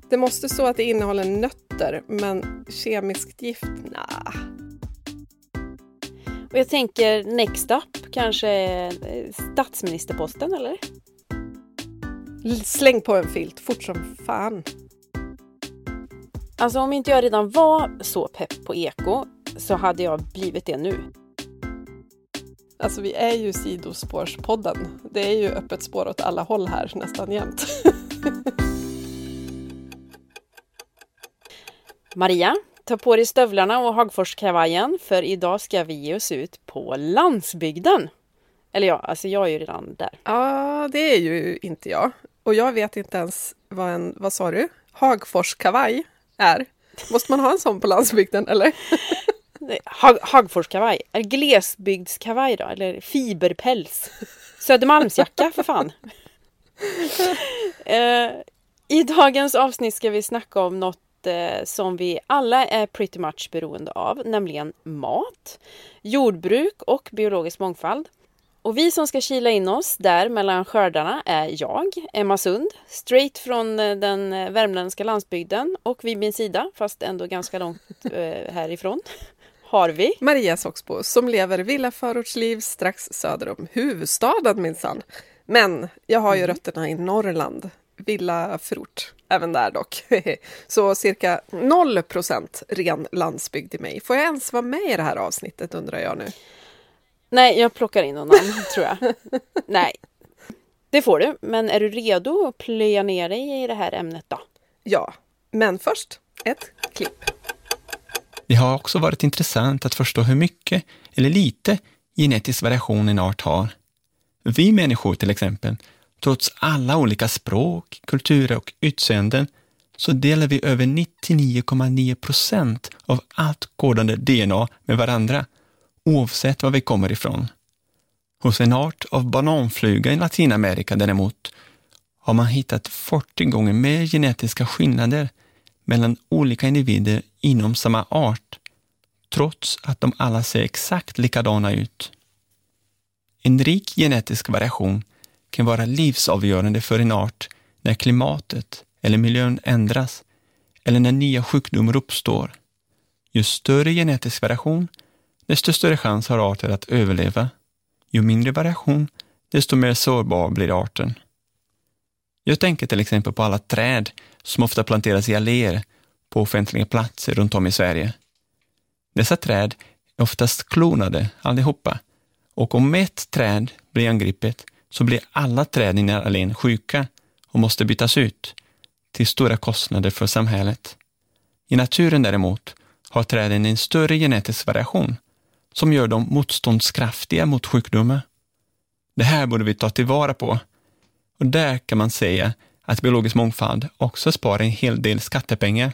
Det måste stå att det innehåller nötter, men kemiskt gift, nah. Och jag tänker next up, kanske statsministerposten, eller? Släng på en filt, fort som fan. Alltså om inte jag redan var så pepp på eko så hade jag blivit det nu. Alltså vi är ju sidospårspodden. Det är ju öppet spår åt alla håll här nästan jämt. Maria, ta på dig stövlarna och Hagforskavajen, för idag ska vi ge oss ut på landsbygden. Eller ja, alltså jag är ju redan där. Ja, det är ju inte jag. Och jag vet inte ens vad sa du? Hagforskavaj är. Måste man ha en sån på landsbygden, eller? Hagforskavaj. Är glesbygdskavaj då? Eller fiberpäls? Södermalmsjacka, för fan. I dagens avsnitt ska vi snacka om något som vi alla är pretty much beroende av, nämligen mat, jordbruk och biologisk mångfald. Och vi som ska kila in oss där mellan skördarna är jag, Emma Sund, straight från den värmländska landsbygden, och vid min sida, fast ändå ganska långt härifrån, har vi Maria Soxbo, som lever villaförortsliv strax söder om huvudstaden minsann. Men jag har ju rötterna i Norrland, villaförort, även där dock. Så cirka 0% ren landsbygd i mig. Får jag ens vara med i det här avsnittet, undrar jag nu? Nej, jag plockar in någon annan, tror jag. Nej, det får du. Men är du redo att plöja ner dig i det här ämnet då? Ja, men först ett klipp. Det har också varit intressant att förstå hur mycket eller lite genetisk variation en art har. Vi människor till exempel, trots alla olika språk, kulturer och utseenden, så delar vi över 99,9% av allt kodande DNA med varandra, oavsett var vi kommer ifrån. Hos en art av bananfluga i Latinamerika däremot har man hittat 40 gånger mer genetiska skillnader mellan olika individer inom samma art, trots att de alla ser exakt likadana ut. En rik genetisk variation kan vara livsavgörande för en art när klimatet eller miljön ändras eller när nya sjukdomar uppstår. Ju större genetisk variation, desto större chans har arter att överleva. Ju mindre variation, desto mer sårbar blir arten. Jag tänker till exempel på alla träd som ofta planteras i alléer på offentliga platser runt om i Sverige. Dessa träd är oftast klonade allihopa, och om ett träd blir angripet så blir alla träd i allén sjuka och måste bytas ut till stora kostnader för samhället. I naturen däremot har träden en större genetisk variation som gör dem motståndskraftiga mot sjukdomar. Det här borde vi ta tillvara på, och där kan man säga att biologisk mångfald också sparar en hel del skattepengar.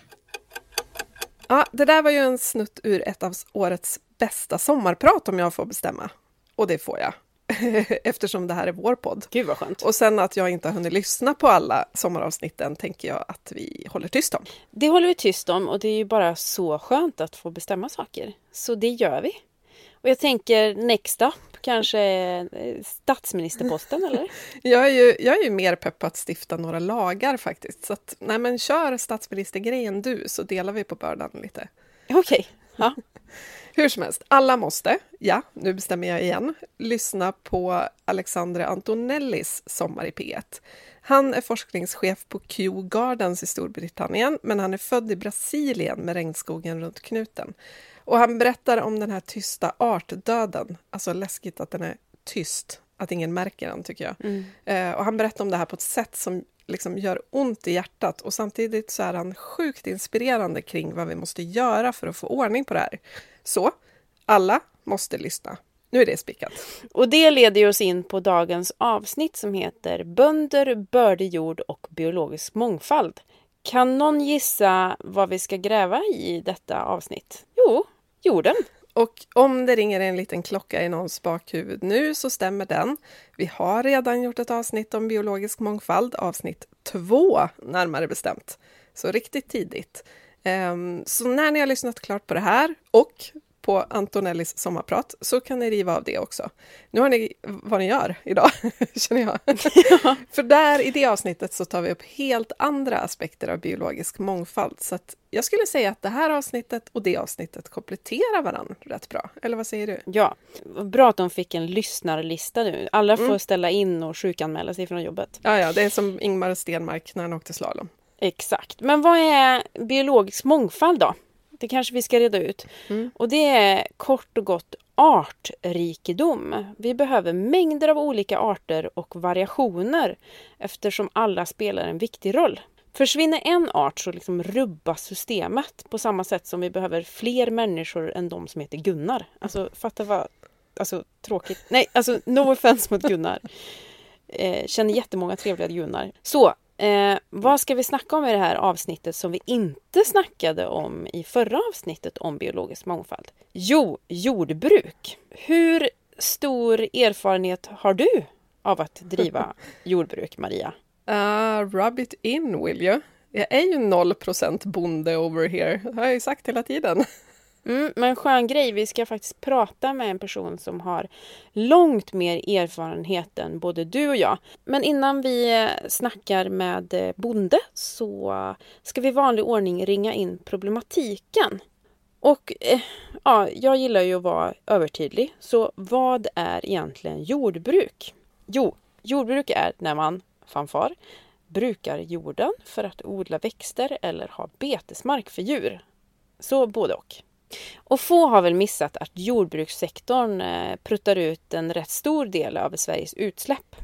Ja, det där var ju en snutt ur ett av årets bästa sommarprat, om jag får bestämma. Och det får jag, eftersom det här är vår podd. Gud vad skönt. Och sen att jag inte har hunnit lyssna på alla sommaravsnitten tänker jag att vi håller tyst om. Det håller vi tyst om, och det är ju bara så skönt att få bestämma saker. Så det gör vi. Och jag tänker next up, kanske statsministerposten, eller? Jag är ju mer pepp på att stifta några lagar faktiskt. Så att, nej men kör statsministergrejen du, så delar vi på bördan lite. Okej, ja. Hur som helst, alla måste, ja, nu bestämmer jag igen, lyssna på Alexandre Antonellis Sommar i P1. Han är forskningschef på Kew Gardens i Storbritannien, men han är född i Brasilien med regnskogen runt knuten. Och han berättar om den här tysta artdöden, alltså läskigt att den är tyst, att ingen märker den tycker jag. Och han berättar om det här på ett sätt som liksom gör ont i hjärtat, och samtidigt så är han sjukt inspirerande kring vad vi måste göra för att få ordning på det här. Så, alla måste lyssna. Nu är det spikat. Och det leder oss in på dagens avsnitt som heter Bönder, bördig jord och biologisk mångfald. Kan någon gissa vad vi ska gräva i detta avsnitt? Jo, jorden. Och om det ringer en liten klocka i någons bakhuvud nu så stämmer den. Vi har redan gjort ett avsnitt om biologisk mångfald, avsnitt 2 närmare bestämt. Så riktigt tidigt. Så när ni har lyssnat klart på det här och på Antonellis sommarprat så kan ni riva av det också. Nu har ni vad ni gör idag, känner jag. Ja. För där i det avsnittet så tar vi upp helt andra aspekter av biologisk mångfald. Så att jag skulle säga att det här avsnittet och det avsnittet kompletterar varandra rätt bra. Eller vad säger du? Ja, bra att de fick en lyssnarlista nu. Alla får ställa in och sjukanmäla sig från jobbet. Ja, det är som Ingmar Stenmark när han åkte slalom. Exakt. Men vad är biologisk mångfald då? Det kanske vi ska reda ut. Och det är kort och gott artrikedom. Vi behöver mängder av olika arter och variationer eftersom alla spelar en viktig roll. Försvinner en art så liksom rubbas systemet på samma sätt som vi behöver fler människor än de som heter Gunnar. Alltså, fatta vad... Alltså, tråkigt. Nej, alltså, no offense mot Gunnar. Känner jättemånga trevliga Gunnar. Så, vad ska vi snacka om i det här avsnittet som vi inte snackade om i förra avsnittet om biologisk mångfald? Jo, jordbruk. Hur stor erfarenhet har du av att driva jordbruk, Maria? Rub it in, will you? Jag är ju 0% bonde over here. Det har jag ju sagt hela tiden. Men skön grej, vi ska faktiskt prata med en person som har långt mer erfarenhet än både du och jag. Men innan vi snackar med bonde så ska vi i vanlig ordning ringa in problematiken. Och ja, jag gillar ju att vara övertydlig. Så vad är egentligen jordbruk? Jo, jordbruk är när man, fanfar, brukar jorden för att odla växter eller ha betesmark för djur. Så både och. Och få har väl missat att jordbrukssektorn pruttar ut en rätt stor del av Sveriges utsläpp.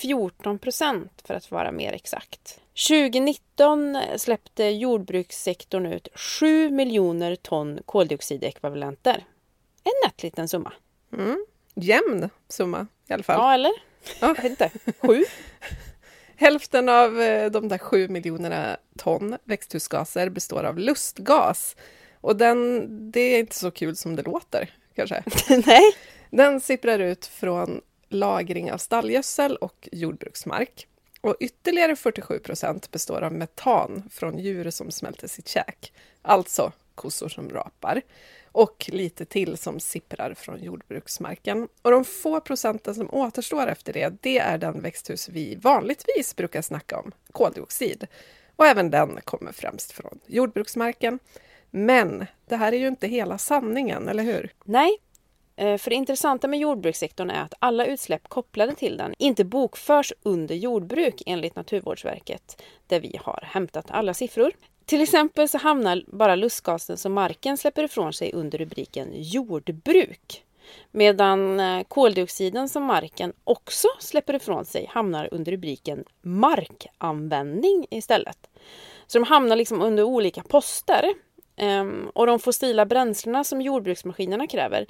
14% för att vara mer exakt. 2019 släppte jordbrukssektorn ut 7 miljoner ton koldioxidekvivalenter. En nätt liten summa. Jämn summa i alla fall. Ja, eller? Ja. Jag vet inte. 7? Hälften av de där 7 miljonerna ton växthusgaser består av lustgas. Och det är inte så kul som det låter, kanske. Nej. Den sipprar ut från lagring av stallgödsel och jordbruksmark. Och ytterligare 47% består av metan från djur som smälter sitt käk. Alltså kossor som rapar. Och lite till som sipprar från jordbruksmarken. Och de få procenten som återstår efter det är den växthus vi vanligtvis brukar snacka om, koldioxid. Och även den kommer främst från jordbruksmarken. Men det här är ju inte hela sanningen, eller hur? Nej, för det intressanta med jordbrukssektorn är att alla utsläpp kopplade till den inte bokförs under jordbruk enligt Naturvårdsverket, där vi har hämtat alla siffror. Till exempel så hamnar bara lustgasen som marken släpper ifrån sig under rubriken jordbruk. Medan koldioxiden som marken också släpper ifrån sig hamnar under rubriken markanvändning istället. Så de hamnar liksom under olika poster. Och de fossila bränslena som jordbruksmaskinerna kräver,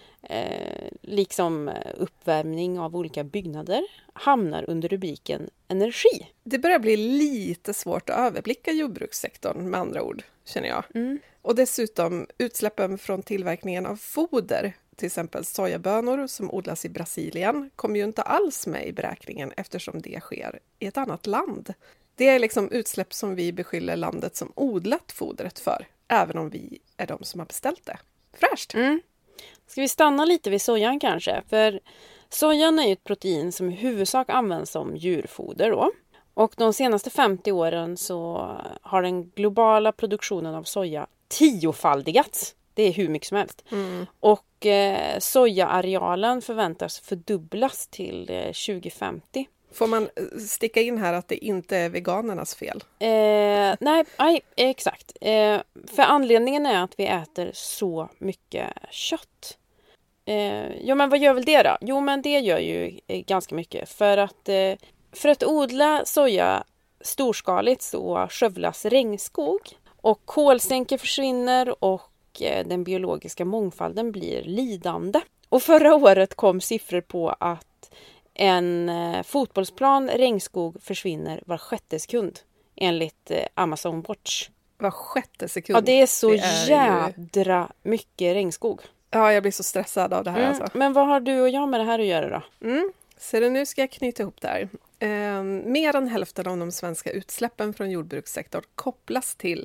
liksom uppvärmning av olika byggnader, hamnar under rubriken energi. Det börjar bli lite svårt att överblicka jordbrukssektorn med andra ord, känner jag. Och dessutom utsläppen från tillverkningen av foder, till exempel sojabönor som odlas i Brasilien, kommer ju inte alls med i beräkningen eftersom det sker i ett annat land. Det är liksom utsläpp som vi beskyller landet som odlat fodret för, även om vi är de som har beställt det. Fräscht! Ska vi stanna lite vid sojan kanske? För sojan är ju ett protein som i huvudsak används som djurfoder då. Och de senaste 50 åren så har den globala produktionen av soja 10-faldigats. Det är hur mycket som helst. Och sojaarealen förväntas fördubblas till 2050. Får man sticka in här att det inte är veganernas fel? Nej, exakt. För anledningen är att vi äter så mycket kött. Ja, men vad gör väl det då? Jo, men det gör ju ganska mycket. För att odla soja storskaligt så skövlas regnskog. Och kolsänkor försvinner och den biologiska mångfalden blir lidande. Och förra året kom siffror på att en fotbollsplan regnskog försvinner var 6:e sekund enligt Amazon Watch. Var 6:e sekund? Ja, det är så jädra mycket regnskog. Ja, jag blir så stressad av det här. Alltså. Men vad har du och jag med det här att göra då? Så nu ska jag knyta ihop det här. Mer än hälften av de svenska utsläppen från jordbrukssektorn kopplas till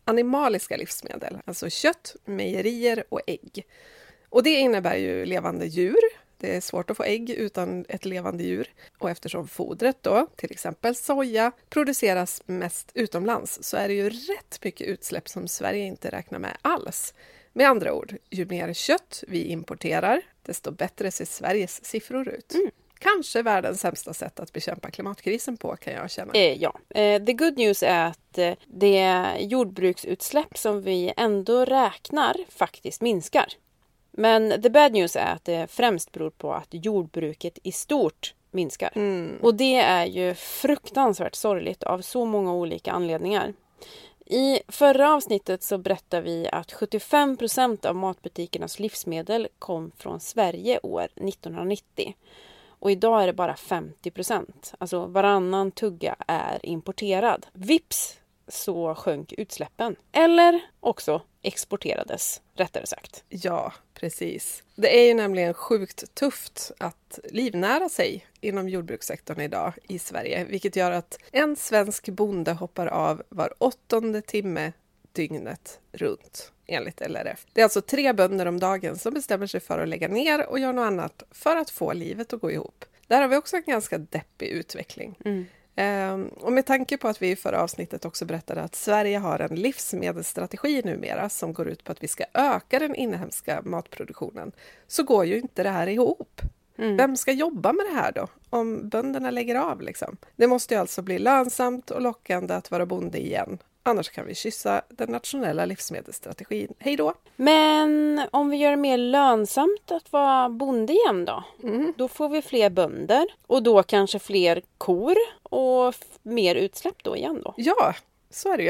animaliska livsmedel, alltså kött, mejerier och ägg. Och det innebär ju levande djur. Det är svårt att få ägg utan ett levande djur. Och eftersom fodret då, till exempel soja, produceras mest utomlands så är det ju rätt mycket utsläpp som Sverige inte räknar med alls. Med andra ord, ju mer kött vi importerar, desto bättre ser Sveriges siffror ut. Kanske världens sämsta sätt att bekämpa klimatkrisen på, kan jag känna. The good news är att det jordbruksutsläpp som vi ändå räknar faktiskt minskar. Men the bad news är att det främst beror på att jordbruket i stort minskar. Och det är ju fruktansvärt sorgligt av så många olika anledningar. I förra avsnittet så berättade vi att 75% av matbutikernas livsmedel kom från Sverige år 1990. Och idag är det bara 50%. Alltså varannan tugga är importerad. Vips så sjönk utsläppen. Eller också exporterades, rättare sagt. Ja, precis. Det är ju nämligen sjukt tufft att livnära sig inom jordbrukssektorn idag i Sverige. Vilket gör att en svensk bonde hoppar av var 8:e timme dygnet runt, enligt LRF. Det är alltså 3 bönder om dagen som bestämmer sig för att lägga ner och göra något annat för att få livet att gå ihop. Där har vi också en ganska deppig utveckling. Och med tanke på att vi i förra avsnittet också berättade att Sverige har en livsmedelsstrategi numera som går ut på att vi ska öka den inhemska matproduktionen, så går ju inte det här ihop. Vem ska jobba med det här då? Om bönderna lägger av liksom. Det måste ju alltså bli lönsamt och lockande att vara bonde igen. Annars kan vi kyssa den nationella livsmedelsstrategin. Hej då! Men om vi gör det mer lönsamt att vara bonde igen då? Då får vi fler bönder och då kanske fler kor och mer utsläpp då igen då? Ja, så är det ju.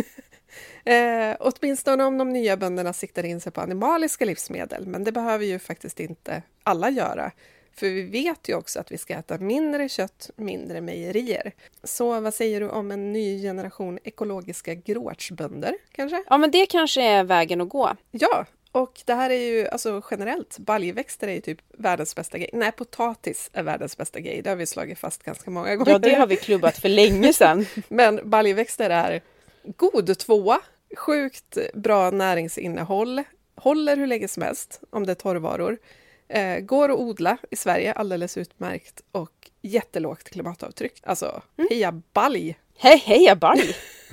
Åtminstone om de nya bönderna siktar in sig på animaliska livsmedel. Men det behöver ju faktiskt inte alla göra. För vi vet ju också att vi ska äta mindre kött, mindre mejerier. Så vad säger du om en ny generation ekologiska grårtsbönder kanske? Ja, men det kanske är vägen att gå. Ja, och det här är ju alltså generellt. Baljväxter är ju typ världens bästa grej. Nej, potatis är världens bästa grej. Det har vi slagit fast ganska många gånger. Ja, det har vi klubbat för länge sedan. Men baljväxter är god tvåa. Sjukt bra näringsinnehåll. Håller hur länge som helst om det är torrvaror. Går att odla i Sverige alldeles utmärkt och jättelågt klimatavtryck. Alltså, heja balj! Heja balj!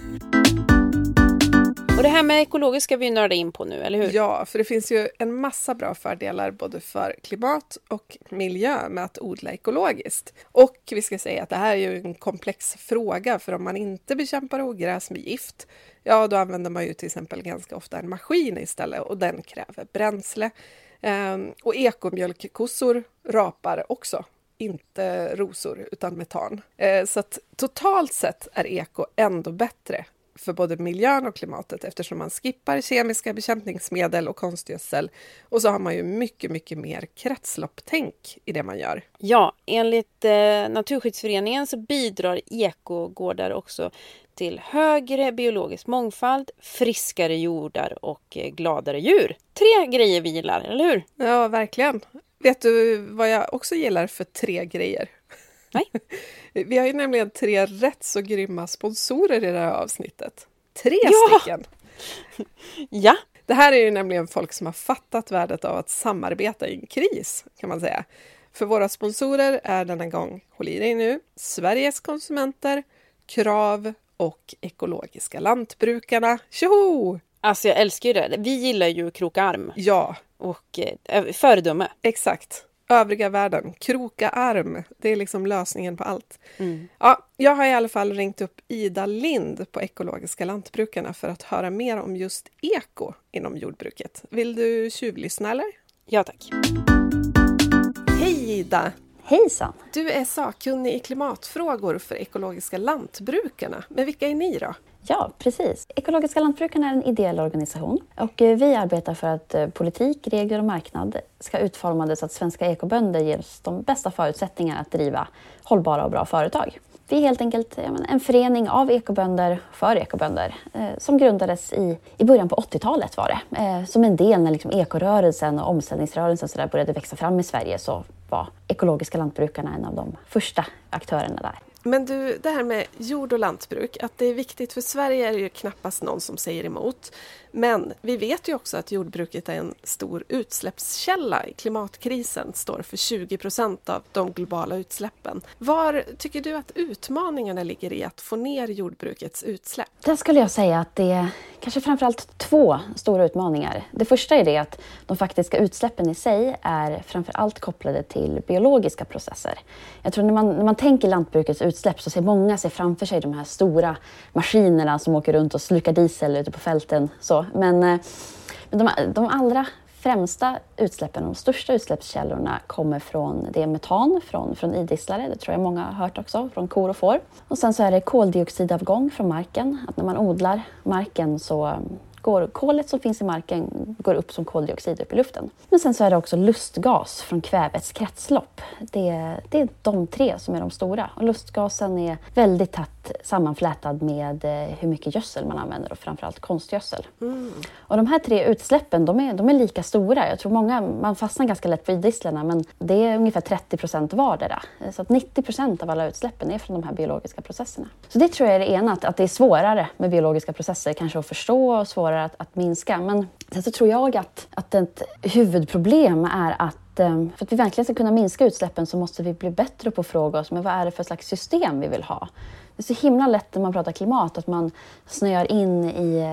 Och det här med ekologiskt ska vi nörda in på nu, eller hur? Ja, för det finns ju en massa bra fördelar både för klimat och miljö med att odla ekologiskt. Och vi ska säga att det här är ju en komplex fråga, för om man inte bekämpar ogräs med gift, ja då använder man ju till exempel ganska ofta en maskin istället och den kräver bränsle. Och ekomjölkkossor rapar också, inte rosor utan metan. Så att totalt sett är eko ändå bättre för både miljön och klimatet eftersom man skippar kemiska bekämpningsmedel och konstgödsel. Och så har man ju mycket, mycket mer kretslopptänk i det man gör. Ja, enligt Naturskyddsföreningen så bidrar ekogårdar också till högre biologisk mångfald, friskare jordar och gladare djur. 3 grejer vi gillar, eller hur? Ja, verkligen. Vet du vad jag också gillar för 3 grejer? Nej. Vi har ju nämligen 3 rätt så grymma sponsorer i det här avsnittet. 3 stycken! Ja! Det här är ju nämligen folk som har fattat värdet av att samarbeta i en kris, kan man säga. För våra sponsorer är denna gång, håll i dig nu, Sveriges konsumenter, Krav och ekologiska lantbrukarna. Tjoho! Alltså jag älskar ju det. Vi gillar ju kroka arm. Ja. Och föredöme. Exakt. Övriga världen. Kroka arm. Det är liksom lösningen på allt. Ja, jag har i alla fall ringt upp Ida Lind på ekologiska lantbrukarna för att höra mer om just eko inom jordbruket. Vill du tjuvlyssna eller? Ja, tack. Hej Ida! Hejsan! Du är sakkunnig i klimatfrågor för ekologiska lantbrukarna. Men vilka är ni då? Ja, precis. Ekologiska lantbrukarna är en ideell organisation och vi arbetar för att politik, regler och marknad ska utformas så att svenska ekobönder ges de bästa förutsättningarna att driva hållbara och bra företag. Vi är helt enkelt en förening av ekobönder för ekobönder som grundades i början på 80-talet var det. Som en del när liksom ekorörelsen och omställningsrörelsen så där började växa fram i Sverige så var ekologiska lantbrukarna en av de första aktörerna där. Men du, det här med jord- och lantbruk, att det är viktigt för Sverige är det ju knappast någon som säger emot. Men vi vet ju också att jordbruket är en stor utsläppskälla. I klimatkrisen står för 20% av de globala utsläppen. Var tycker du att utmaningarna ligger i att få ner jordbrukets utsläpp? Där skulle jag säga att det är kanske framförallt 2 stora utmaningar. Det första är det att de faktiska utsläppen i sig är framförallt kopplade till biologiska processer. Jag tror när man tänker lantbrukets utsläpp så ser många framför sig de här stora maskinerna som åker runt och slukar diesel ute på fälten. Så. Men de allra främsta utsläppen, de största utsläppskällorna kommer från det metan från idisslare, det tror jag många har hört också, från kor och får. Och sen så är det koldioxidavgång från marken, att när man odlar marken så går kolet som finns i marken går upp som koldioxid upp i luften. Men sen så är det också lustgas från kvävets kretslopp. Det är de 3 som är de stora. Och lustgasen är väldigt tätt sammanflätad med hur mycket gödsel man använder och framförallt konstgödsel. Och de här 3 utsläppen, de är lika stora. Jag tror man fastnar ganska lätt på idisslarna, men det är ungefär 30% vardera. Så att 90% av alla utsläppen är från de här biologiska processerna. Så det tror jag är det ena, att det är svårare med biologiska processer kanske att förstå och svårare att minska. Men sen så tror jag att ett huvudproblem är att för att vi verkligen ska kunna minska utsläppen så måste vi bli bättre på att fråga oss, men vad är det för slags system vi vill ha? Det är så himla lätt när man pratar klimat att man snöar in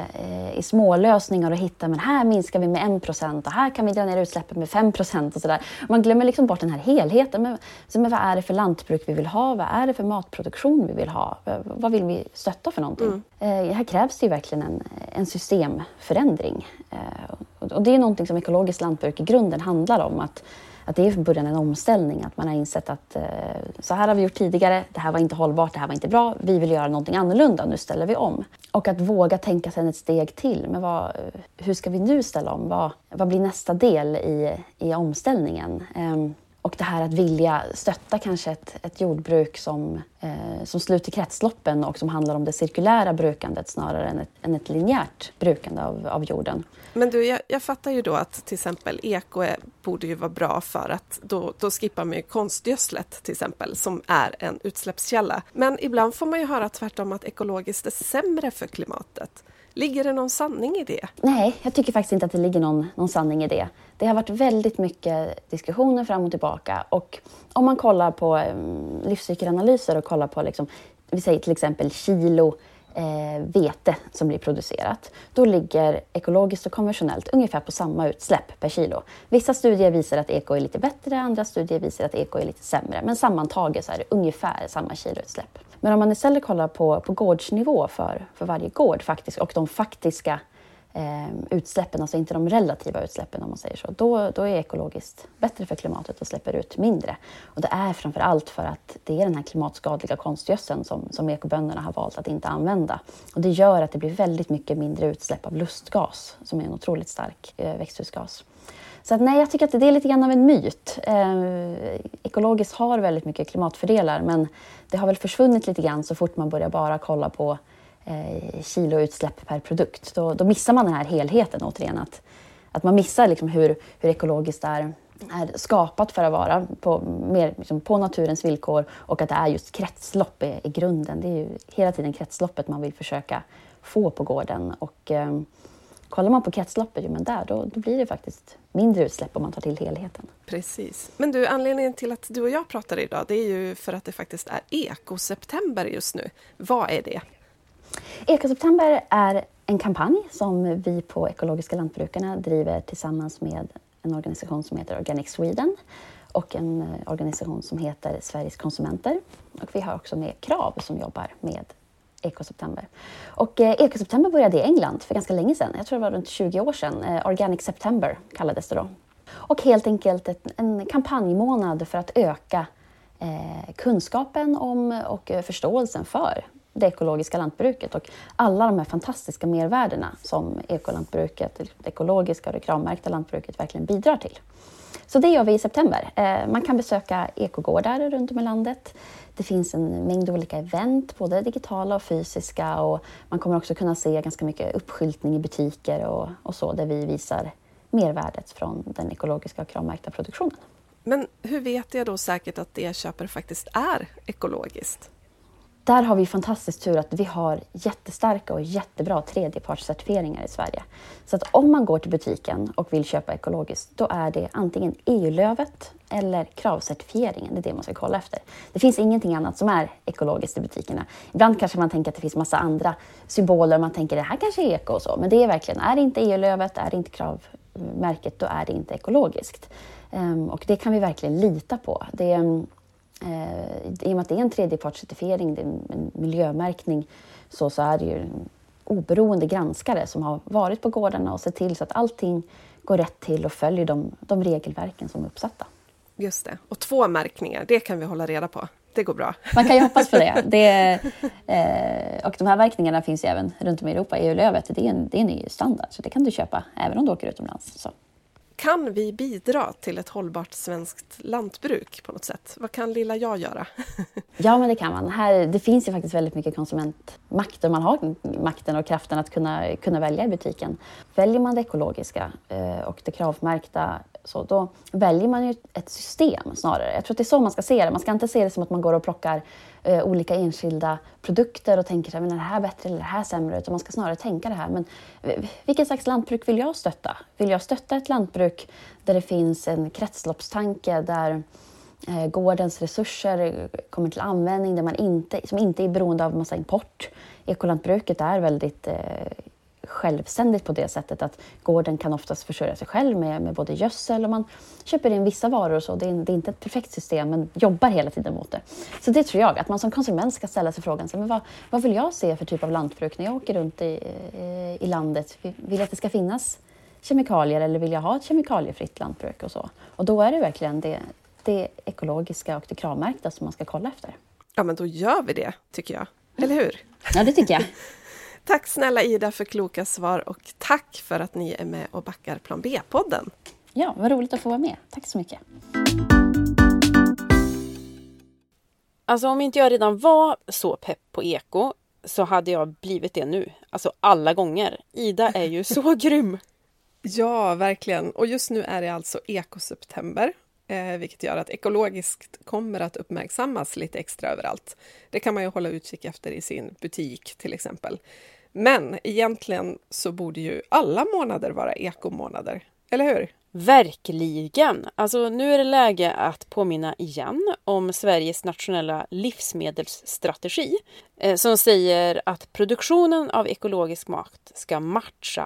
i små lösningar och hittar, men här minskar vi med 1% och här kan vi dra ner utsläppen med 5% och sådär. Man glömmer liksom bort den här helheten. Men vad är det för lantbruk vi vill ha? Vad är det för matproduktion vi vill ha? Vad vill vi stötta för någonting? Här krävs det ju verkligen en systemförändring. Och det är någonting som ekologiskt lantbruk i grunden handlar om, att det är från början en omställning, att man har insett att så här har vi gjort tidigare, det här var inte hållbart, det här var inte bra, vi vill göra någonting annorlunda, nu ställer vi om. Och att våga tänka sig ett steg till, men hur ska vi nu ställa om? Vad blir nästa del i omställningen? Och det här att vilja stötta kanske ett jordbruk som sluter kretsloppen och som handlar om det cirkulära brukandet snarare än ett linjärt brukande av jorden. Men du, jag fattar ju då att till exempel eko borde ju vara bra för att då skippar man ju konstgödslet till exempel som är en utsläppskälla. Men ibland får man ju höra tvärtom att ekologiskt är sämre för klimatet. Ligger det någon sanning i det? Nej, jag tycker faktiskt inte att det ligger någon sanning i det. Det har varit väldigt mycket diskussioner fram och tillbaka. Och om man kollar på livscykelanalyser och kollar på, vi säger till exempel kilo vete som blir producerat, då ligger ekologiskt och konventionellt ungefär på samma utsläpp per kilo. Vissa studier visar att eko är lite bättre, andra studier visar att eko är lite sämre. Men sammantaget så är det ungefär samma kiloutsläpp. Men om man istället kollar på gårdsnivå för varje gård faktiskt, och de faktiska utsläppen, alltså inte de relativa utsläppen om man säger så, då är ekologiskt bättre för klimatet och släpper ut mindre. Och det är framför allt för att det är den här klimatskadliga konstgödseln som ekobönderna har valt att inte använda. Och det gör att det blir väldigt mycket mindre utsläpp av lustgas som är en otroligt stark växthusgas. Så att, nej, jag tycker att det är lite grann av en myt. Ekologiskt har väldigt mycket klimatfördelar, men det har väl försvunnit lite grann så fort man börjar bara kolla på kiloutsläpp per produkt. Då missar man den här helheten återigen. Att man missar hur ekologiskt är skapat för att vara mer på naturens villkor, och att det är just kretslopp i grunden. Det är ju hela tiden kretsloppet man vill försöka få på gården. Och kollar man på kretsloppet, men då blir det faktiskt mindre utsläpp om man tar till helheten. Precis. Men du, anledningen till att du och jag pratar idag, det är ju för att det faktiskt är ekoseptember just nu. Vad är det? Ekoseptember är en kampanj som vi på Ekologiska lantbrukarna driver tillsammans med en organisation som heter Organic Sweden och en organisation som heter Sveriges konsumenter. Och vi har också med Krav som jobbar med Ekoseptember. Och Ekoseptember började i England för ganska länge sedan. Jag tror det var runt 20 år sedan. Organic September kallades det då. Och helt enkelt en kampanjmånad för att öka kunskapen om och förståelsen för det ekologiska lantbruket och alla de här fantastiska mervärdena som ekolantbruket, det ekologiska och det kravmärkta lantbruket verkligen bidrar till. Så det gör vi i september. Man kan besöka ekogårdar runt om i landet. Det finns en mängd olika event, både digitala och fysiska, och man kommer också kunna se ganska mycket uppskyltning i butiker och så, där vi visar mervärdet från den ekologiska och kravmärkta produktionen. Men hur vet jag då säkert att det jag köper faktiskt är ekologiskt? Där har vi fantastiskt tur att vi har jättestarka och jättebra tredjepartscertifieringar i Sverige. Så att om man går till butiken och vill köpa ekologiskt, då är det antingen EU-lövet eller kravcertifieringen. Det är det man ska kolla efter. Det finns ingenting annat som är ekologiskt i butikerna. Ibland kanske man tänker att det finns massa andra symboler. Man tänker det här kanske är eko och så. Men det är verkligen, är det inte EU-lövet, är det inte kravmärket, då är det inte ekologiskt. Och det kan vi verkligen lita på. I och med att det är en tredjepartscertifiering, det är en miljömärkning, så är det ju en oberoende granskare som har varit på gårdarna och sett till så att allting går rätt till och följer de regelverken som är uppsatta. Just det. Och 2 märkningar, det kan vi hålla reda på. Det går bra. Man kan ju hoppas på det. Och de här märkningarna finns ju även runt om i Europa. EU-lövet, det är en ny standard, så det kan du köpa även om du åker utomlands. Så. Kan vi bidra till ett hållbart svenskt lantbruk på något sätt? Vad kan lilla jag göra? Ja, men det kan man. Det finns ju faktiskt väldigt mycket konsumentmakt och man har makten och kraften att kunna välja i butiken. Väljer man det ekologiska och det kravmärkta, så då väljer man ju ett system snarare. Jag tror att det är så man ska se det. Man ska inte se det som att man går och plockar olika enskilda produkter och tänker att är det här bättre eller det här sämre, utan man ska snarare tänka det här. Men vilket slags lantbruk vill jag stötta? Vill jag stötta ett lantbruk där det finns en kretsloppstanke, där gårdens resurser kommer till användning, där som inte är beroende av massa import? Ekolantbruket är väldigt självständigt på det sättet att gården kan oftast försörja sig själv med både gödsel, och man köper in vissa varor och så. Det är inte ett perfekt system, men jobbar hela tiden mot det. Så det tror jag, att man som konsument ska ställa sig frågan, men vad vill jag se för typ av lantbruk när jag åker runt i landet? Vill jag att det ska finnas kemikalier, eller vill jag ha ett kemikaliefritt lantbruk och så? Och då är det verkligen det ekologiska och det kravmärkta som man ska kolla efter. Ja, men då gör vi det, tycker jag. Eller hur? Ja, det tycker jag. Tack snälla Ida för kloka svar, och tack för att ni är med och backar Plan B-podden. Ja, vad roligt att få vara med. Tack så mycket. Alltså om inte jag redan var så pepp på eko, så hade jag blivit det nu. Alltså alla gånger. Ida är ju så grym. Ja, verkligen. Och just nu är det alltså ekoseptember, vilket gör att ekologiskt kommer att uppmärksammas lite extra överallt. Det kan man ju hålla utkik efter i sin butik till exempel. Men egentligen så borde ju alla månader vara ekomånader, eller hur? Verkligen! Alltså nu är det läge att påminna igen om Sveriges nationella livsmedelsstrategi som säger att produktionen av ekologisk mat ska matcha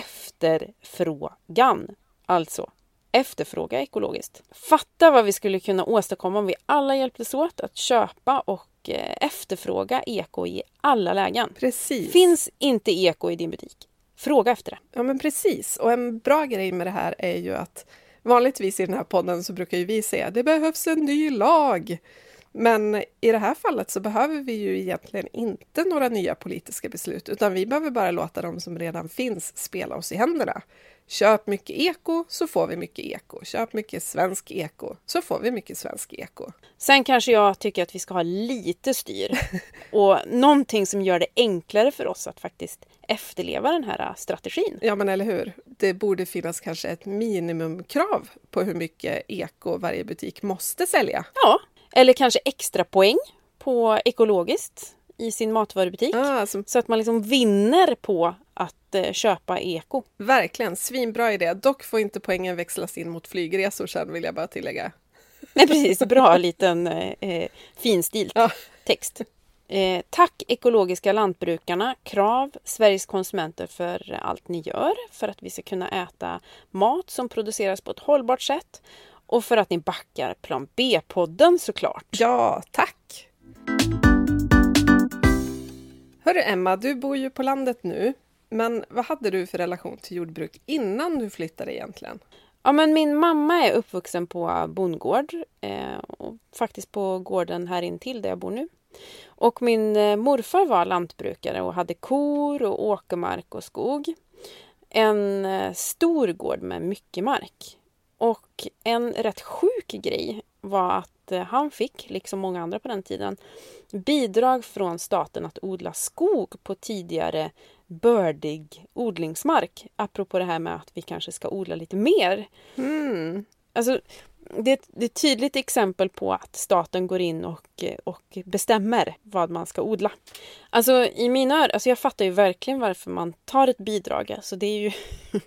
efterfrågan. Alltså efterfråga ekologiskt. Fatta vad vi skulle kunna åstadkomma om vi alla hjälptes åt att köpa och efterfråga eko i alla lägen. Precis. Finns inte eko i din butik? Fråga efter det. Ja, men precis. Och en bra grej med det här är ju att vanligtvis i den här podden så brukar ju vi säga att det behövs en ny lag. Men i det här fallet så behöver vi ju egentligen inte några nya politiska beslut, utan vi behöver bara låta de som redan finns spela oss i händerna. Köp mycket eko så får vi mycket eko. Köp mycket svensk eko så får vi mycket svensk eko. Sen kanske jag tycker att vi ska ha lite styr och någonting som gör det enklare för oss att faktiskt efterleva den här strategin. Ja, men eller hur? Det borde finnas kanske ett minimumkrav på hur mycket eko varje butik måste sälja. Ja, eller kanske extra poäng på ekologiskt i sin matvarubutik. Så att man liksom vinner på att köpa eko. Verkligen, svinbra idé. Dock får inte poängen växlas in mot flygresor sen, vill jag bara tillägga. Nej, precis. Bra liten finstilt text. Tack ekologiska lantbrukarna, Krav, Sveriges konsumenter för allt ni gör för att vi ska kunna äta mat som produceras på ett hållbart sätt, och för att ni backar Plan B-podden såklart. Ja, tack! Hörru Emma, du bor ju på landet nu, men vad hade du för relation till jordbruk innan du flyttade egentligen? Ja, men min mamma är uppvuxen på bondgård och faktiskt på gården här intill där jag bor nu. Och min morfar var lantbrukare och hade kor och åkermark och skog. En stor gård med mycket mark. Och en rätt sjuk grej var att han fick, liksom många andra på den tiden, bidrag från staten att odla skog på tidigare bördig odlingsmark. Apropå det här med att vi kanske ska odla lite mer. Mm. Alltså, det är ett tydligt exempel på att staten går in och bestämmer vad man ska odla. Alltså i mina jag fattar ju verkligen varför man tar ett bidrag. Alltså det är ju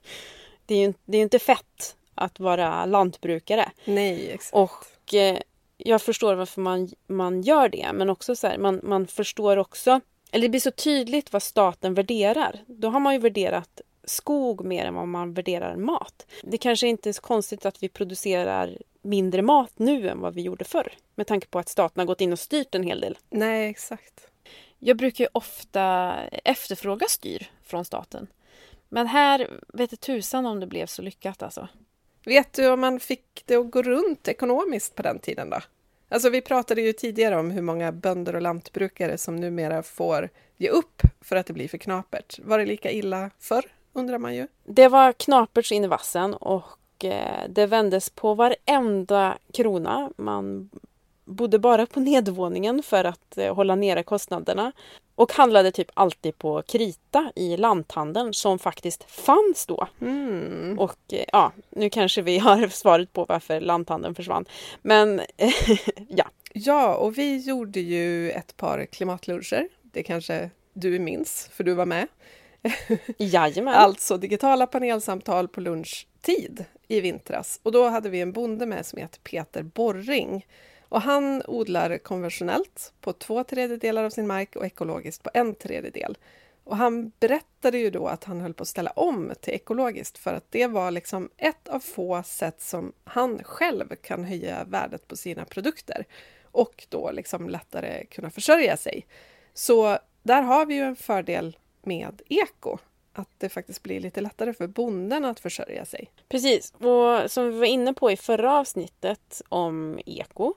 det är inte fett att vara lantbrukare. Nej, exakt. Och jag förstår varför man gör det. Men också så här, man förstår också, eller det blir så tydligt vad staten värderar. Då har man ju värderat skog mer än vad man värderar mat. Det kanske inte är så konstigt att vi producerar mindre mat nu än vad vi gjorde förr. Med tanke på att staten har gått in och styrt en hel del. Nej, exakt. Jag brukar ju ofta efterfråga styr från staten. Men här vet jag tusan om det blev så lyckat alltså. Vet du om man fick det att gå runt ekonomiskt på den tiden då? Alltså vi pratade ju tidigare om hur många bönder och lantbrukare som numera får ge upp för att det blir för knapert. Var det lika illa förr, undrar man ju? Det var knapert så in i vassen och det vändes på varenda krona. Man bodde bara på nedvåningen för att hålla nere kostnaderna. Och handlade typ alltid på krita i lanthandeln som faktiskt fanns då. Mm. Och ja, nu kanske vi har svaret på varför lanthandeln försvann. Men ja. Ja, och vi gjorde ju ett par klimatluncher. Det kanske du minns, för du var med. Jajamän. Alltså digitala panelsamtal på lunchtid i vintras. Och då hade vi en bonde med som heter Peter Borring. Och han odlar konventionellt på 2/3 av sin mark och ekologiskt på 1/3. Och han berättade ju då att han höll på att ställa om till ekologiskt för att det var liksom ett av få sätt som han själv kan höja värdet på sina produkter och då liksom lättare kunna försörja sig. Så där har vi ju en fördel med eko. Att det faktiskt blir lite lättare för bonden att försörja sig. Precis, och som vi var inne på i förra avsnittet om eko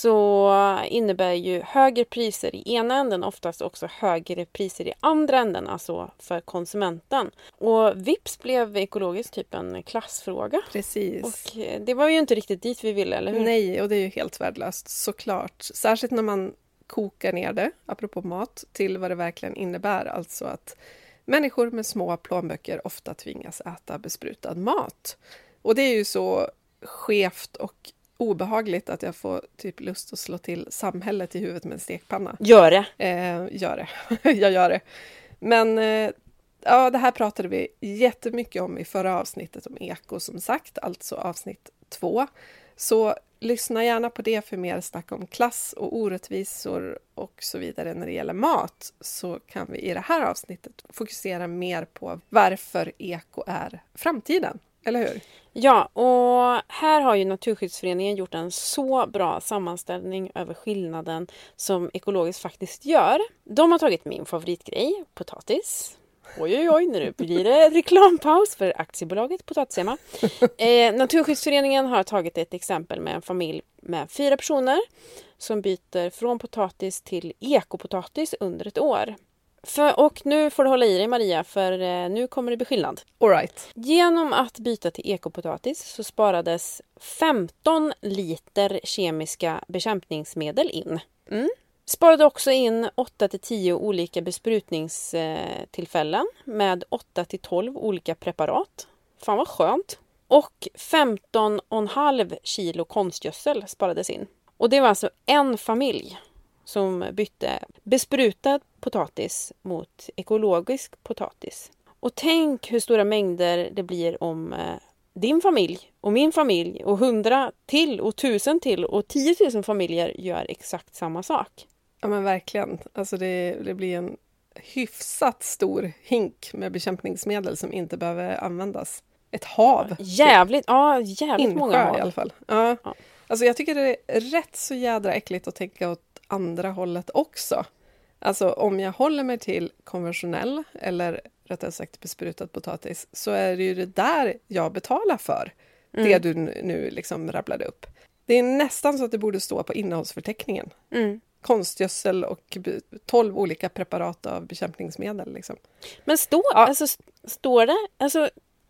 så innebär ju högre priser i ena änden oftast också högre priser i andra änden, alltså för konsumenten. Och vips blev ekologiskt typ en klassfråga. Precis. Och det var ju inte riktigt dit vi ville, eller hur? Nej, och det är ju helt värdelöst, såklart. Särskilt när man kokar ner det, apropå mat, till vad det verkligen innebär. Alltså att människor med små plånböcker ofta tvingas äta besprutad mat. Och det är ju så skevt och obehagligt att jag får typ lust att slå till samhället i huvudet med en stekpanna. Gör det! Gör det. Jag gör det. Men ja, det här pratade vi jättemycket om i förra avsnittet om eko som sagt, alltså avsnitt 2. Så lyssna gärna på det för mer snack om klass och orättvisor och så vidare när det gäller mat. Så kan vi i det här avsnittet fokusera mer på varför eko är framtiden. Eller hur? Ja, och här har ju Naturskyddsföreningen gjort en så bra sammanställning över skillnaden som ekologiskt faktiskt gör. De har tagit min favoritgrej, potatis. Oj, nu blir det reklampaus för aktiebolaget Potatishemma. Naturskyddsföreningen har tagit ett exempel med en familj med 4 personer som byter från potatis till ekopotatis under ett år. Och nu får du hålla i dig Maria, för nu kommer det bli skillnad. All right. Genom att byta till ekopotatis så sparades 15 liter kemiska bekämpningsmedel in. Sparade också in 8-10 olika besprutningstillfällen med 8-12 olika preparat. Fan vad skönt. Och 15,5 kilo konstgödsel sparades in. Och det var alltså en familj som bytte besprutad potatis mot ekologisk potatis. Och tänk hur stora mängder det blir om din familj och min familj och 100 till och 1000 till och 10 000 familjer gör exakt samma sak. Ja men verkligen. Alltså det blir en hyfsat stor hink med bekämpningsmedel som inte behöver användas. Ett hav. Jävligt många hav. I alla fall. Ja. Alltså jag tycker det är rätt så jädra äckligt att tänka åt andra hållet också. Alltså om jag håller mig till konventionell eller rättare sagt besprutad potatis så är det ju det där jag betalar för. Det du nu liksom rabblade upp. Det är nästan så att det borde stå på innehållsförteckningen. Konstgödsel och 12 olika preparat av bekämpningsmedel. Liksom. Men står det? Alltså,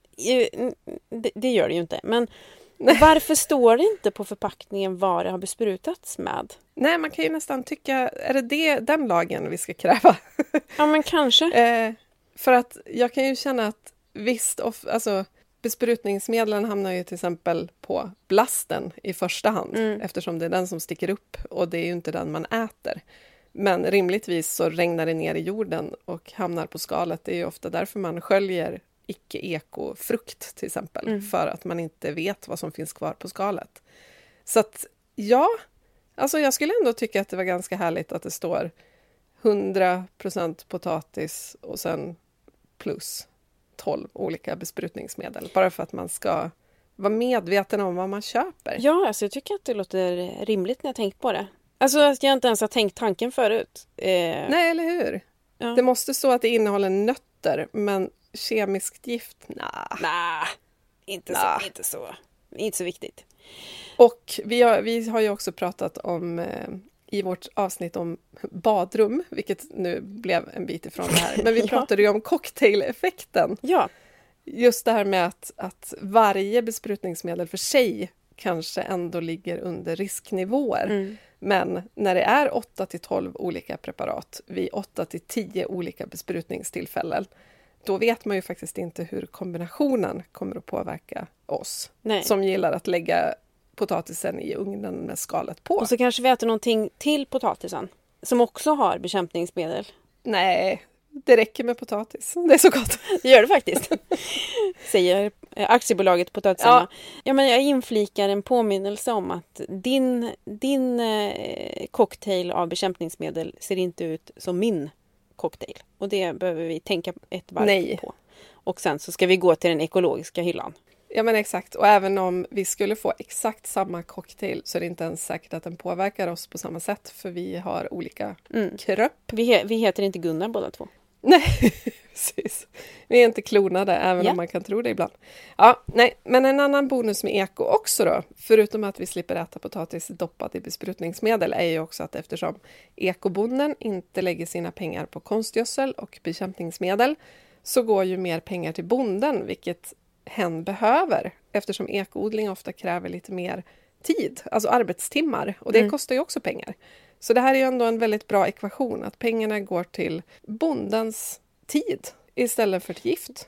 det gör det ju inte. Men varför står det inte på förpackningen vad det har besprutats med? Nej, man kan ju nästan tycka, är det den lagen vi ska kräva? Ja, men kanske. För att jag kan ju känna att visst, alltså besprutningsmedlen hamnar ju till exempel på blasten i första hand, eftersom det är den som sticker upp och det är ju inte den man äter. Men rimligtvis så regnar det ner i jorden och hamnar på skalet. Det är ju ofta därför man sköljer icke-ekofrukt till exempel, för att man inte vet vad som finns kvar på skalet. Så att ja, alltså jag skulle ändå tycka att det var ganska härligt att det står 100% potatis och sen plus 12 olika besprutningsmedel. Bara för att man ska vara medveten om vad man köper. Ja, alltså jag tycker att det låter rimligt när jag tänkt på det. Alltså att jag inte ens har tänkt tanken förut. Nej, eller hur? Ja. Det måste stå att det innehåller nötter, men kemiskt gift? Inte så viktigt. Och vi har ju också pratat om i vårt avsnitt om badrum, vilket nu blev en bit ifrån det här. Men vi pratade ju om cocktaileffekten. Ja. Just det här med att varje besprutningsmedel för sig kanske ändå ligger under risknivåer. Men när det är 8-12 olika preparat vid 8-10 olika besprutningstillfällen, då vet man ju faktiskt inte hur kombinationen kommer att påverka oss. Nej. Som gillar att lägga potatisen i ugnen med skalet på. Och så kanske vi äter någonting till potatisen som också har bekämpningsmedel. Nej, det räcker med potatis. Det är så gott. Det gör det faktiskt. Säger aktiebolaget Potatisarna. Ja, men jag inflikar en påminnelse om att din cocktail av bekämpningsmedel ser inte ut som min cocktail. Och det behöver vi tänka ett varv på. Och sen så ska vi gå till den ekologiska hyllan. Ja, men exakt. Och även om vi skulle få exakt samma cocktail så är det inte ens säkert att den påverkar oss på samma sätt. För vi har olika kropp. Vi heter inte Gunnar båda två. Nej, precis. Vi är inte klonade, även om man kan tro det ibland. Ja, nej. Men en annan bonus med eko också då, förutom att vi slipper äta potatis doppat i besprutningsmedel, är ju också att eftersom ekobonden inte lägger sina pengar på konstgödsel och bekämpningsmedel, så går ju mer pengar till bonden, vilket hen behöver, eftersom ekoodling ofta kräver lite mer tid, alltså arbetstimmar, och det kostar ju också pengar. Så det här är ju ändå en väldigt bra ekvation, att pengarna går till bondens tid istället för till gift.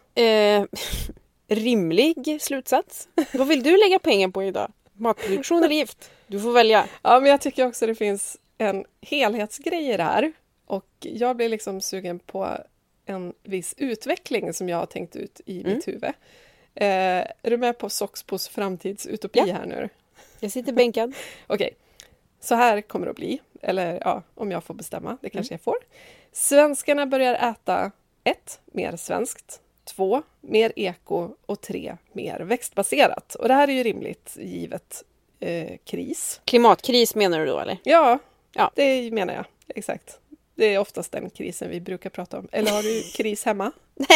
Rimlig slutsats. Vad vill du lägga pengar på idag? Matproduktion eller gift? Du får välja. Ja, men jag tycker också det finns en helhetsgrej i det här, och jag blir liksom sugen på en viss utveckling som jag har tänkt ut i mitt huvud. Är du med på Soxpos framtidsutopi här nu? Jag sitter bänkad. Okej. Så här kommer det att bli. Eller ja, om jag får bestämma. Det kanske jag får. Svenskarna börjar äta 1. Mer svenskt. 2. Mer eko. Och 3. Mer växtbaserat. Och det här är ju rimligt givet kris. Klimatkris menar du då, eller? Ja, det menar jag. Exakt. Det är oftast den krisen vi brukar prata om. Eller har du kris hemma?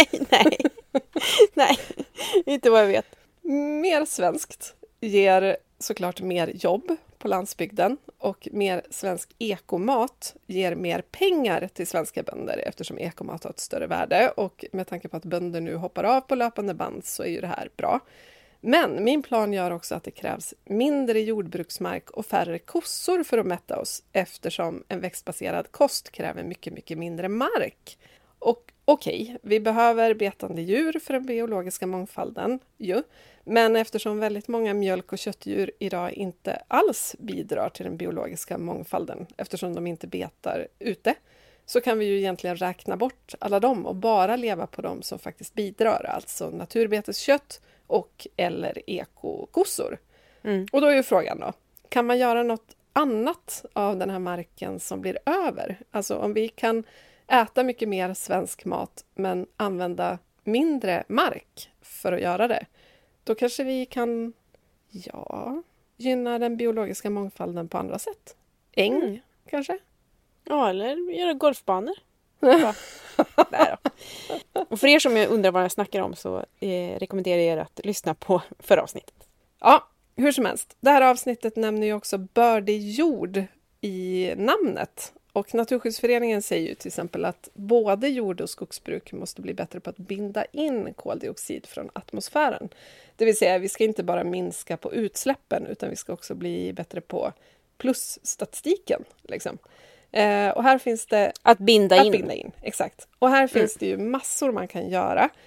Nej, inte vad jag vet. Mer svenskt ger såklart mer jobb på landsbygden, och mer svensk ekomat ger mer pengar till svenska bönder eftersom ekomat har ett större värde, och med tanke på att bönder nu hoppar av på löpande band så är ju det här bra. Men min plan gör också att det krävs mindre jordbruksmark och färre kossor för att mätta oss, eftersom en växtbaserad kost kräver mycket, mycket mindre mark. Och okej, vi behöver betande djur för den biologiska mångfalden, men eftersom väldigt många mjölk- och köttdjur idag inte alls bidrar till den biologiska mångfalden, eftersom de inte betar ute, så kan vi ju egentligen räkna bort alla dem och bara leva på dem som faktiskt bidrar, alltså naturbeteskött och eller ekokossor. Och då är ju frågan då, kan man göra något annat av den här marken som blir över? Alltså om vi kan äta mycket mer svensk mat men använda mindre mark för att göra det, då kanske vi kan gynna den biologiska mångfalden på andra sätt. Kanske? Ja, eller göra golfbanor. Nej då. Och för er som undrar vad jag snackar om så rekommenderar jag er att lyssna på förra avsnittet. Ja, hur som helst. Det här avsnittet nämner ju också bördig jord i namnet. Och Naturskyddsföreningen säger ju till exempel att både jord- och skogsbruk måste bli bättre på att binda in koldioxid från atmosfären. Det vill säga, vi ska inte bara minska på utsläppen, utan vi ska också bli bättre på plusstatistiken. Liksom. Och här finns det... Att binda in. Exakt. Och här finns det ju massor man kan göra.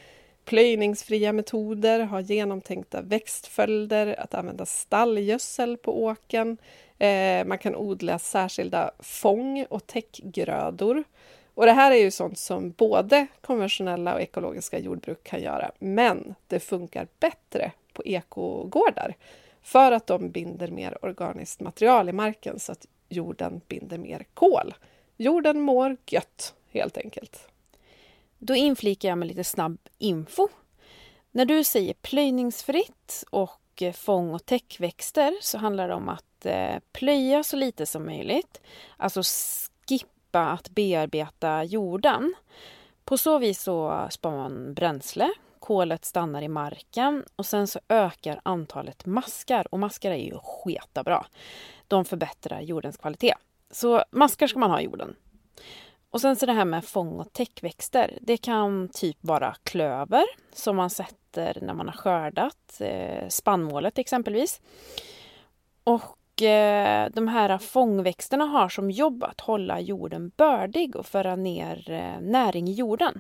plöjningsfria metoder, ha genomtänkta växtföljder, att använda stallgödsel på åkern. Man kan odla särskilda fång- och täckgrödor. Och det här är ju sånt som både konventionella och ekologiska jordbruk kan göra. Men det funkar bättre på ekogårdar för att de binder mer organiskt material i marken så att jorden binder mer kol. Jorden mår gött, helt enkelt. Då inflikar jag med lite snabb info. När du säger plöjningsfritt och fång- och täckväxter så handlar det om att plöja så lite som möjligt. Alltså skippa att bearbeta jorden. På så vis så sparar man bränsle, kolet stannar i marken och sen så ökar antalet maskar. Och maskar är ju sketa bra. De förbättrar jordens kvalitet. Så maskar ska man ha i jorden. Och sen så det här med fång- och täckväxter. Det kan typ vara klöver som man sätter när man har skördat. Spannmålet exempelvis. Och de här fångväxterna har som jobb att hålla jorden bördig och föra ner näring i jorden.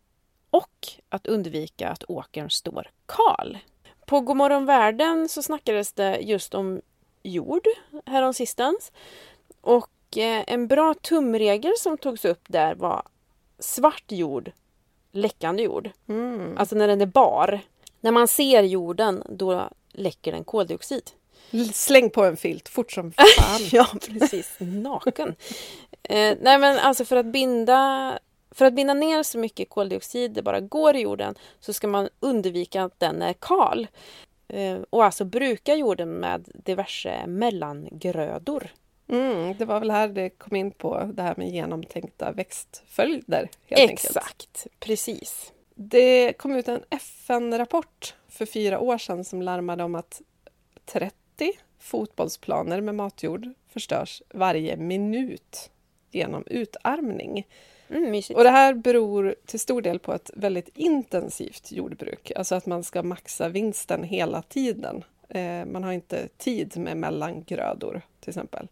Och att undvika att åkern står kal. På Godmorgon Världen så snackades det just om jord häromsistens. Och en bra tumregel som togs upp där var svart jord, läckande jord. Alltså när den är bar. När man ser jorden, då läcker den koldioxid. Släng på en filt, fort som fan. Ja, precis. Naken. Nej, men alltså för att binda ner så mycket koldioxid det bara går i jorden så ska man undvika att den är kal. Och alltså bruka jorden med diverse mellangrödor. Det var väl här det kom in på det här med genomtänkta växtföljder. Helt Exakt, enkelt. precis. Det kom ut en FN-rapport för 4 år sedan som larmade om att 30 fotbollsplaner med matjord förstörs varje minut genom utarmning. Och det här beror till stor del på ett väldigt intensivt jordbruk. Alltså att man ska maxa vinsten hela tiden. Man har inte tid med mellangrödor till exempel.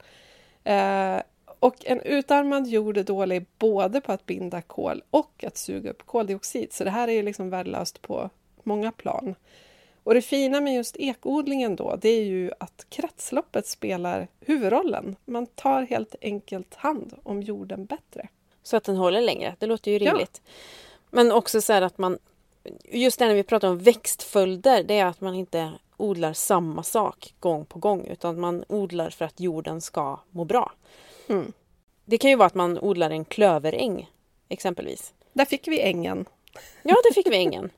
Och en utarmad jord är dålig både på att binda kol och att suga upp koldioxid. Så det här är ju liksom värdelöst på många plan. Och det fina med just ekodlingen då, det är ju att kretsloppet spelar huvudrollen. Man tar helt enkelt hand om jorden bättre. Så att den håller längre, det låter ju rimligt. Ja. Men också så här att man, just när vi pratar om växtföljder, det är att man inte odlar samma sak gång på gång. Utan man odlar för att jorden ska må bra. Det kan ju vara att man odlar en klöveräng exempelvis. Där fick vi ängen. Ja, det fick vi ängen.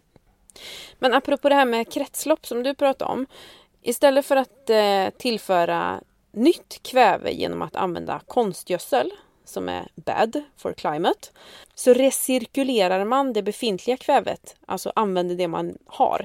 Men apropå det här med kretslopp som du pratade om. Istället för att tillföra nytt kväve genom att använda konstgödsel, som är bad for climate, så recirkulerar man det befintliga kvävet, alltså använder det man har,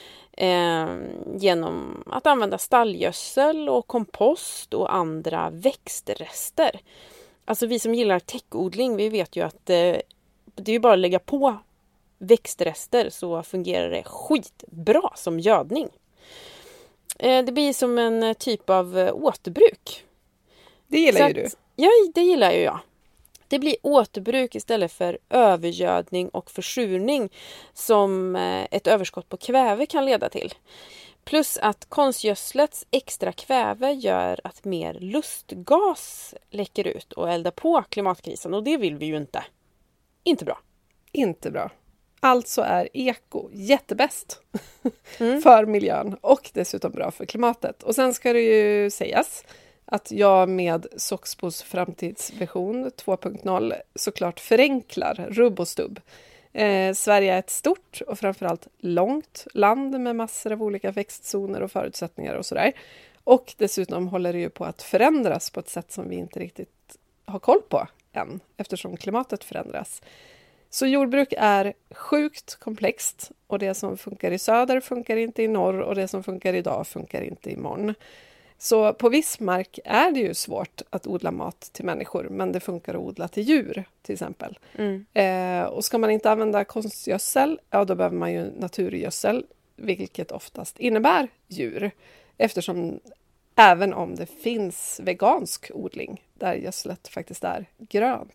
genom att använda stallgödsel och kompost och andra växtrester. Alltså vi som gillar täckodling, vi vet ju att det är bara att lägga på växtrester så fungerar det skitbra som gödning. Det blir som en typ av återbruk. Det gillar ju du. Ja, det gillar ju jag. Det blir återbruk istället för övergödning och försurning som ett överskott på kväve kan leda till. Plus att konstgödslets extra kväve gör att mer lustgas läcker ut och eldar på klimatkrisen. Och det vill vi ju inte. Inte bra. Inte bra. Alltså är eko jättebäst för miljön och dessutom bra för klimatet. Och sen ska det ju sägas att jag med Soxbos framtidsvision 2.0 såklart förenklar rubb och stubb. Sverige är ett stort och framförallt långt land med massor av olika växtzoner och förutsättningar och sådär. Och dessutom håller det ju på att förändras på ett sätt som vi inte riktigt har koll på än, eftersom klimatet förändras. Så jordbruk är sjukt komplext och det som funkar i söder funkar inte i norr och det som funkar idag funkar inte imorgon. Så på viss mark är det ju svårt att odla mat till människor, men det funkar att odla till djur till exempel. Och ska man inte använda konstgödsel, ja då behöver man ju naturgödsel, vilket oftast innebär djur. Eftersom även om det finns vegansk odling där gödslet faktiskt är grönt.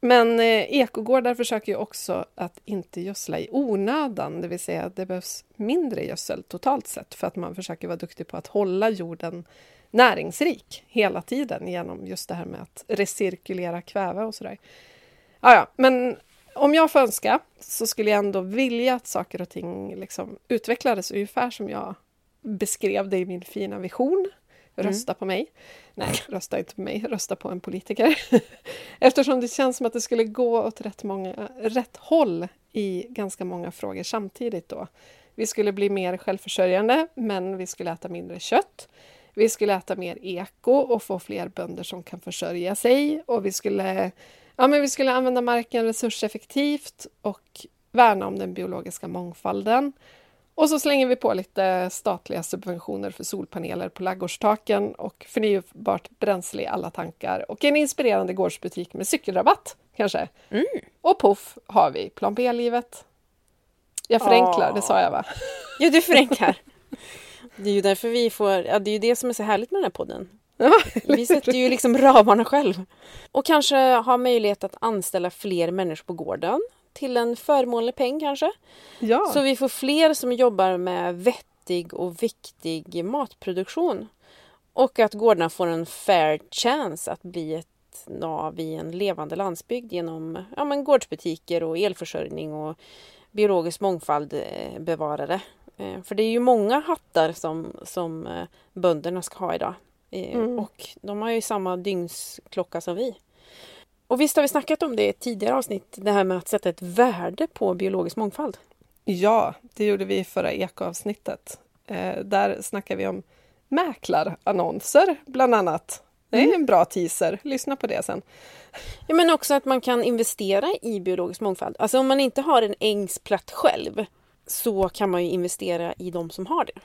Men ekogårdar försöker ju också att inte gödsla i onödan, det vill säga att det behövs mindre gödsel totalt sett för att man försöker vara duktig på att hålla jorden näringsrik hela tiden genom just det här med att recirkulera kväve och sådär. Ja, men om jag får önska så skulle jag ändå vilja att saker och ting liksom utvecklades ungefär som jag beskrev det i min fina vision. Rösta på mig. Nej, rösta inte på mig. Rösta på en politiker. Eftersom det känns som att det skulle gå åt rätt håll i ganska många frågor samtidigt då. Vi skulle bli mer självförsörjande, men vi skulle äta mindre kött. Vi skulle äta mer eko och få fler bönder som kan försörja sig. Och vi skulle använda marken resurseffektivt och värna om den biologiska mångfalden. Och så slänger vi på lite statliga subventioner för solpaneler på ladugårdstaken och förnybart bränsle i alla tankar. Och en inspirerande gårdsbutik med cykelrabatt, kanske. Och puff har vi plan B-livet. Jag förenklar, det sa jag va? Ja, du förenklar. Det är ju därför vi får... Ja, det är ju det som är så härligt med den här podden. Vi sätter ju liksom ramarna själv. Och kanske ha möjlighet att anställa fler människor på gården. Till en förmånlig peng kanske. Ja. Så vi får fler som jobbar med vettig och viktig matproduktion. Och att gårdarna får en fair chance att bli ett nav i en levande landsbygd genom gårdsbutiker och elförsörjning och biologisk mångfald bevarare. För det är ju många hattar som bönderna ska ha idag. Och de har ju samma dygnsklocka som vi. Och visst har vi snackat om det i ett tidigare avsnitt, det här med att sätta ett värde på biologisk mångfald. Ja, det gjorde vi i förra ekoavsnittet. Där snackar vi om mäklarannonser bland annat. Det är en bra teaser, lyssna på det sen. Ja, men också att man kan investera i biologisk mångfald. Alltså om man inte har en ängsplatt själv så kan man ju investera i de som har det.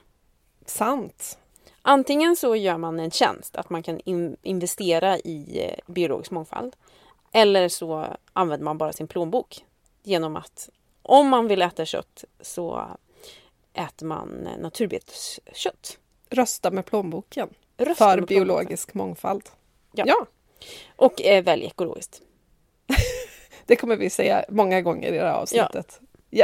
Sant. Antingen så gör man en tjänst att man kan investera i biologisk mångfald. Eller så använder man bara sin plånbok genom att om man vill äta kött så äter man naturbeteskött. Rösta med plånboken för biologisk mångfald. Ja. Och välj ekologiskt. Det kommer vi säga många gånger i det här avsnittet. Ja.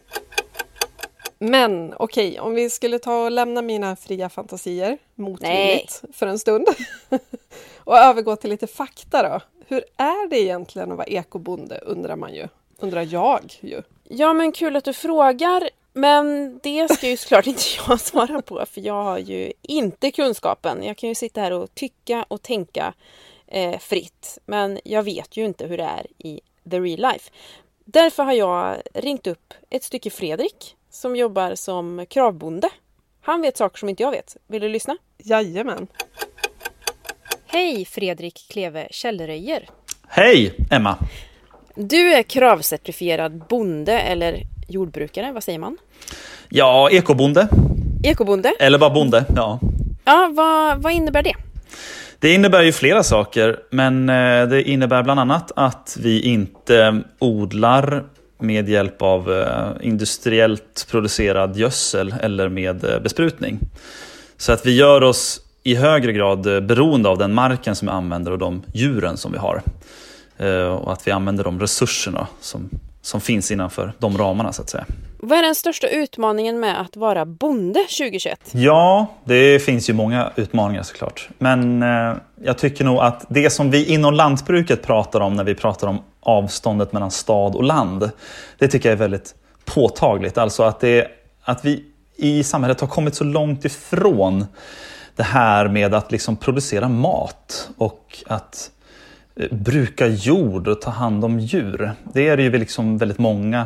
Men okej, om vi skulle ta och lämna mina fria fantasier motvilligt för en stund och övergå till lite fakta då. Hur är det egentligen att vara ekobonde undrar jag ju. Ja, men kul att du frågar, men det ska ju såklart inte jag svara på för jag har ju inte kunskapen. Jag kan ju sitta här och tycka och tänka fritt, men jag vet ju inte hur det är i the real life. Därför har jag ringt upp ett stycke Fredrik som jobbar som kravbonde. Han vet saker som inte jag vet. Vill du lyssna? Jajamän. Hej Fredrik Kleve Källeröjer. Hej Emma. Du är kravcertifierad bonde eller jordbrukare, vad säger man? Ja, ekobonde. Ekobonde? Eller bara bonde, ja. Ja, vad innebär det? Det innebär ju flera saker, men det innebär bland annat att vi inte odlar med hjälp av industriellt producerad gödsel eller med besprutning. Så att vi gör oss i högre grad beroende av den marken som vi använder och de djuren som vi har. Och att vi använder de resurserna som finns innanför de ramarna så att säga. Vad är den största utmaningen med att vara bonde 2021? Ja, det finns ju många utmaningar såklart. Men jag tycker nog att det som vi inom lantbruket pratar om när vi pratar om avståndet mellan stad och land, det tycker jag är väldigt påtagligt. Alltså att vi i samhället har kommit så långt ifrån det här med att liksom producera mat och att bruka jord och ta hand om djur. Det är ju liksom väldigt många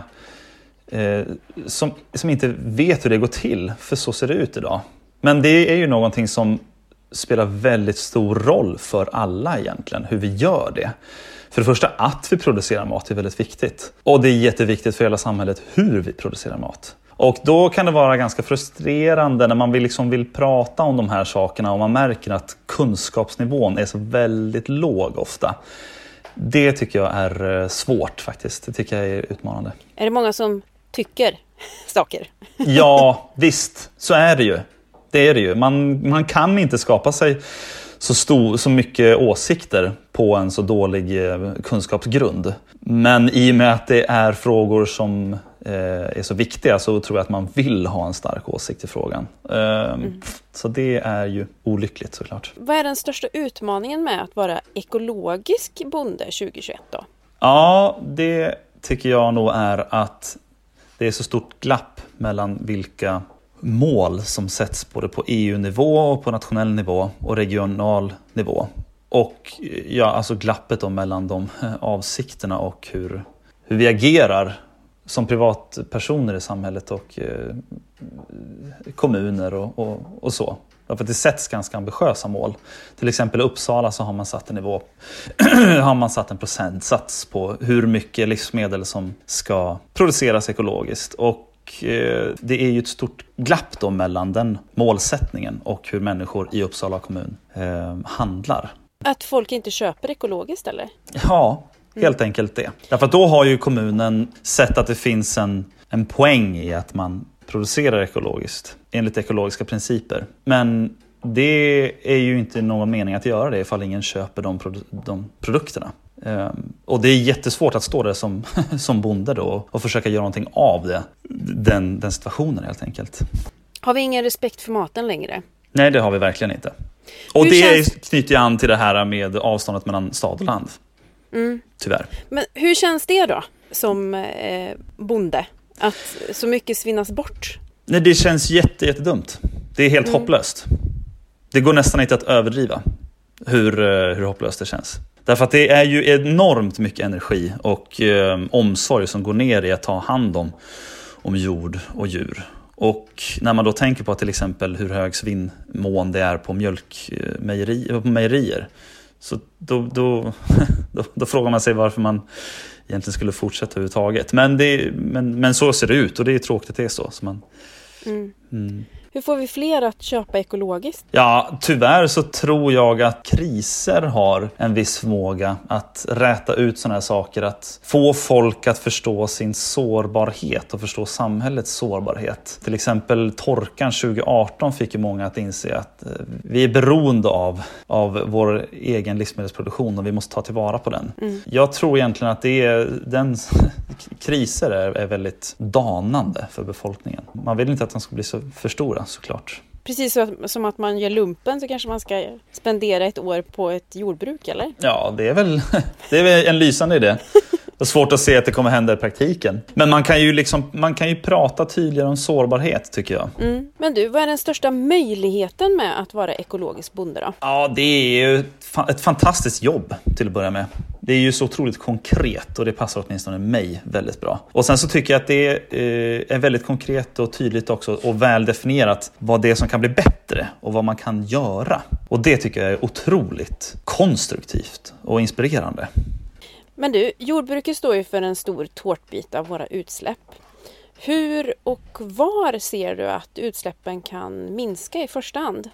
som inte vet hur det går till, för så ser det ut idag. Men det är ju någonting som spelar väldigt stor roll för alla egentligen, hur vi gör det. För det första att vi producerar mat är väldigt viktigt. Och det är jätteviktigt för hela samhället hur vi producerar mat. Och då kan det vara ganska frustrerande när man vill prata om de här sakerna och man märker att kunskapsnivån är så väldigt låg ofta. Det tycker jag är svårt faktiskt. Det tycker jag är utmanande. Är det många som tycker saker? Ja, visst. Så är det ju. Det är det ju. Man kan inte skapa sig så mycket åsikter på en så dålig kunskapsgrund. Men i och med att det är frågor som är så viktiga så tror jag att man vill ha en stark åsikt i frågan. Så det är ju olyckligt såklart. Vad är den största utmaningen med att vara ekologisk bonde 2021 då? Ja, det tycker jag nog är att det är så stort glapp mellan vilka mål som sätts både på EU-nivå och på nationell nivå och regional nivå. Och ja, alltså glappet då mellan de avsikterna och hur vi agerar som privatpersoner i samhället och kommuner och så. Därför att det sätts ganska ambitiösa mål. Till exempel i Uppsala så har man satt en nivå, har man satt en procentsats på hur mycket livsmedel som ska produceras ekologiskt. Och det är ju ett stort glapp då mellan den målsättningen och hur människor i Uppsala kommun handlar. Att folk inte köper ekologiskt eller? Ja, helt enkelt det. Därför att då har ju kommunen sett att det finns en poäng i att man producerar ekologiskt enligt ekologiska principer. Men det är ju inte någon mening att göra det ifall ingen köper de produkterna. Och det är jättesvårt att stå där som bonde då och försöka göra någonting av det, den situationen helt enkelt. Har vi ingen respekt för maten längre? Nej, det har vi verkligen inte. Och knyter an till det här med avståndet mellan stad och land. Tyvärr. Men hur känns det då som bonde? Att så mycket svinnas bort? Nej, det känns jättedumt. Det är helt hopplöst. Det går nästan inte att överdriva hur hopplöst det känns. Därför att det är ju enormt mycket energi och omsorg som går ner i att ta hand om jord och djur. Och när man då tänker på till exempel hur hög svinnmån det är på mejerier, så då frågar man sig varför man egentligen skulle fortsätta överhuvudtaget. Men så ser det ut och det är tråkigt att det är så. Hur får vi fler att köpa ekologiskt? Ja, tyvärr så tror jag att kriser har en viss förmåga att räta ut sådana här saker. Att få folk att förstå sin sårbarhet och förstå samhällets sårbarhet. Till exempel torkan 2018 fick ju många att inse att vi är beroende av vår egen livsmedelsproduktion och vi måste ta tillvara på den. Jag tror egentligen att kriser är väldigt danande för befolkningen. Man vill inte att de ska bli så för stora såklart. Precis som att man gör lumpen så kanske man ska spendera ett år på ett jordbruk, eller? Ja, det är väl en lysande idé. Det är svårt att se att det kommer hända i praktiken. Men man kan ju prata tydligare om sårbarhet, tycker jag. Men du, vad är den största möjligheten med att vara ekologisk bonde då? Ja, det är ju ett fantastiskt jobb till att börja med. Det är ju så otroligt konkret och det passar åtminstone mig väldigt bra. Och sen så tycker jag att det är väldigt konkret och tydligt också och väl definierat vad det är som kan bli bättre och vad man kan göra. Och det tycker jag är otroligt konstruktivt och inspirerande. Men du, jordbruket står ju för en stor tårtbit av våra utsläpp. Hur och var ser du att utsläppen kan minska i första hand?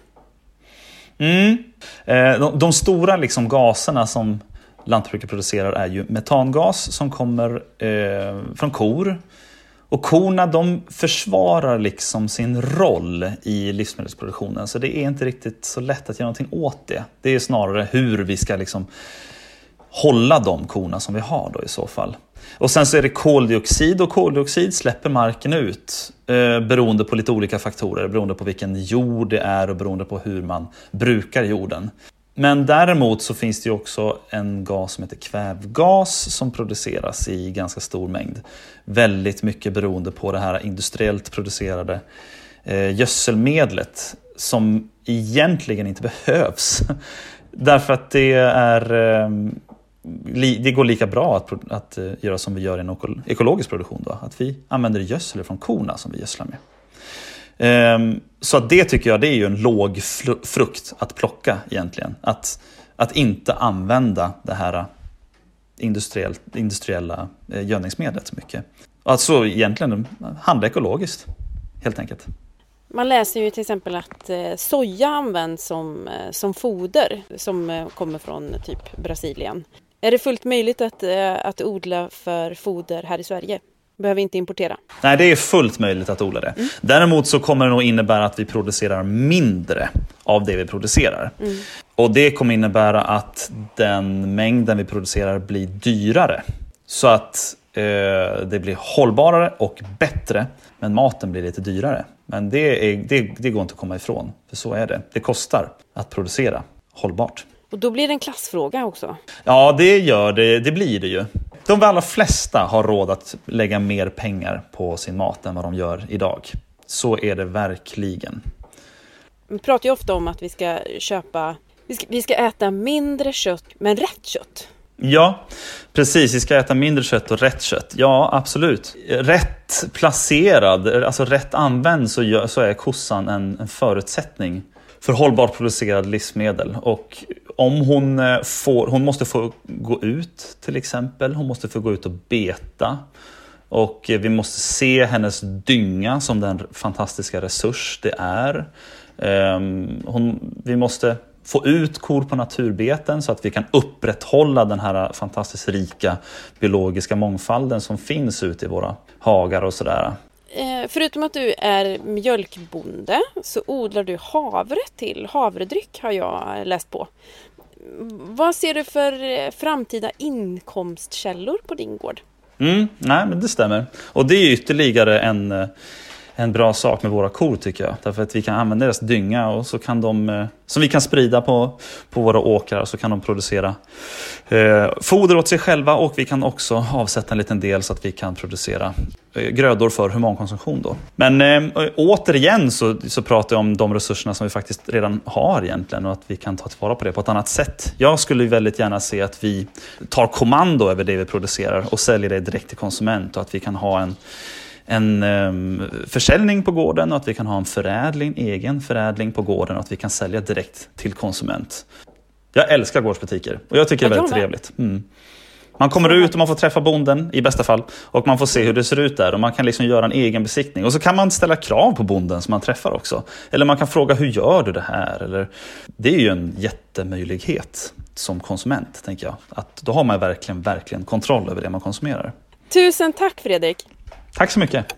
De stora gaserna som lantbruket producerar är ju metangas som kommer från kor. Och korna, de försvarar sin roll i livsmedelsproduktionen. Så det är inte riktigt så lätt att göra någonting åt det. Det är snarare hur vi ska hålla de korna som vi har då i så fall. Och sen så är det koldioxid, och koldioxid släpper marken ut beroende på lite olika faktorer. Beroende på vilken jord det är och beroende på hur man brukar jorden. Men däremot så finns det ju också en gas som heter kvävgas som produceras i ganska stor mängd. Väldigt mycket beroende på det här industriellt producerade gödselmedlet som egentligen inte behövs. Därför att det går lika bra att göra som vi gör i en ekologisk produktion då. Att vi använder gödsel från korna som vi gödslar med. Så att det tycker jag, det är ju en låg frukt att plocka egentligen. Att inte använda det här industriella gödningsmedlet så mycket. Alltså egentligen handla ekologiskt, helt enkelt. Man läser ju till exempel att soja används som foder som kommer från typ Brasilien. Är det fullt möjligt att odla för foder här i Sverige Behöver inte importera. Nej, det är fullt möjligt att odla det. Däremot så kommer det nog innebära att vi producerar mindre av det vi producerar. Och det kommer innebära att den mängden vi producerar blir dyrare. Så att det blir hållbarare och bättre, men maten blir lite dyrare. Men det går inte att komma ifrån, för så är det. Det kostar att producera hållbart. Och då blir det en klassfråga också. Ja, det gör det. Det blir det ju. De allra flesta har råd att lägga mer pengar på sin mat än vad de gör idag. Så är det verkligen. Vi pratar ju ofta om att vi ska äta mindre kött, men rätt kött. Ja, precis. Vi ska äta mindre kött och rätt kött. Ja, absolut. Rätt placerad, alltså rätt använd, så är kossan en förutsättning för hållbart producerad livsmedel. Och om hon måste få gå ut till exempel, hon måste få gå ut och beta. Och vi måste se hennes dynga som den fantastiska resurs det är. Vi måste få ut kor på naturbeten så att vi kan upprätthålla den här fantastiskt rika biologiska mångfalden som finns ute i våra hagar och sådär. Förutom att du är mjölkbonde så odlar du havre till havredryck, har jag läst på. Vad ser du för framtida inkomstkällor på din gård? Nej, men det stämmer. Och det är ytterligare en bra sak med våra kor, tycker jag. Därför att vi kan använda deras dynga och så kan som vi kan sprida på våra åkrar, så kan de producera foder åt sig själva, och vi kan också avsätta en liten del så att vi kan producera grödor för humankonsumtion då. Men återigen så pratar jag om de resurserna som vi faktiskt redan har egentligen, och att vi kan ta tillvara på det på ett annat sätt. Jag skulle väldigt gärna se att vi tar kommando över det vi producerar och säljer det direkt till konsument, och att vi kan ha en försäljning på gården, och att vi kan ha en egen förädling på gården, och att vi kan sälja direkt till konsument. Jag älskar gårdsbutiker och jag tycker det är väldigt trevligt. Man kommer ut och man får träffa bonden i bästa fall, och man får se hur det ser ut där, och man kan liksom göra en egen besiktning, och så kan man ställa krav på bonden som man träffar också. Eller man kan fråga, hur gör du det här? Eller, det är ju en jättemöjlighet som konsument, tänker jag. Att då har man verkligen kontroll över det man konsumerar. Tusen tack, Fredrik! Tack så mycket.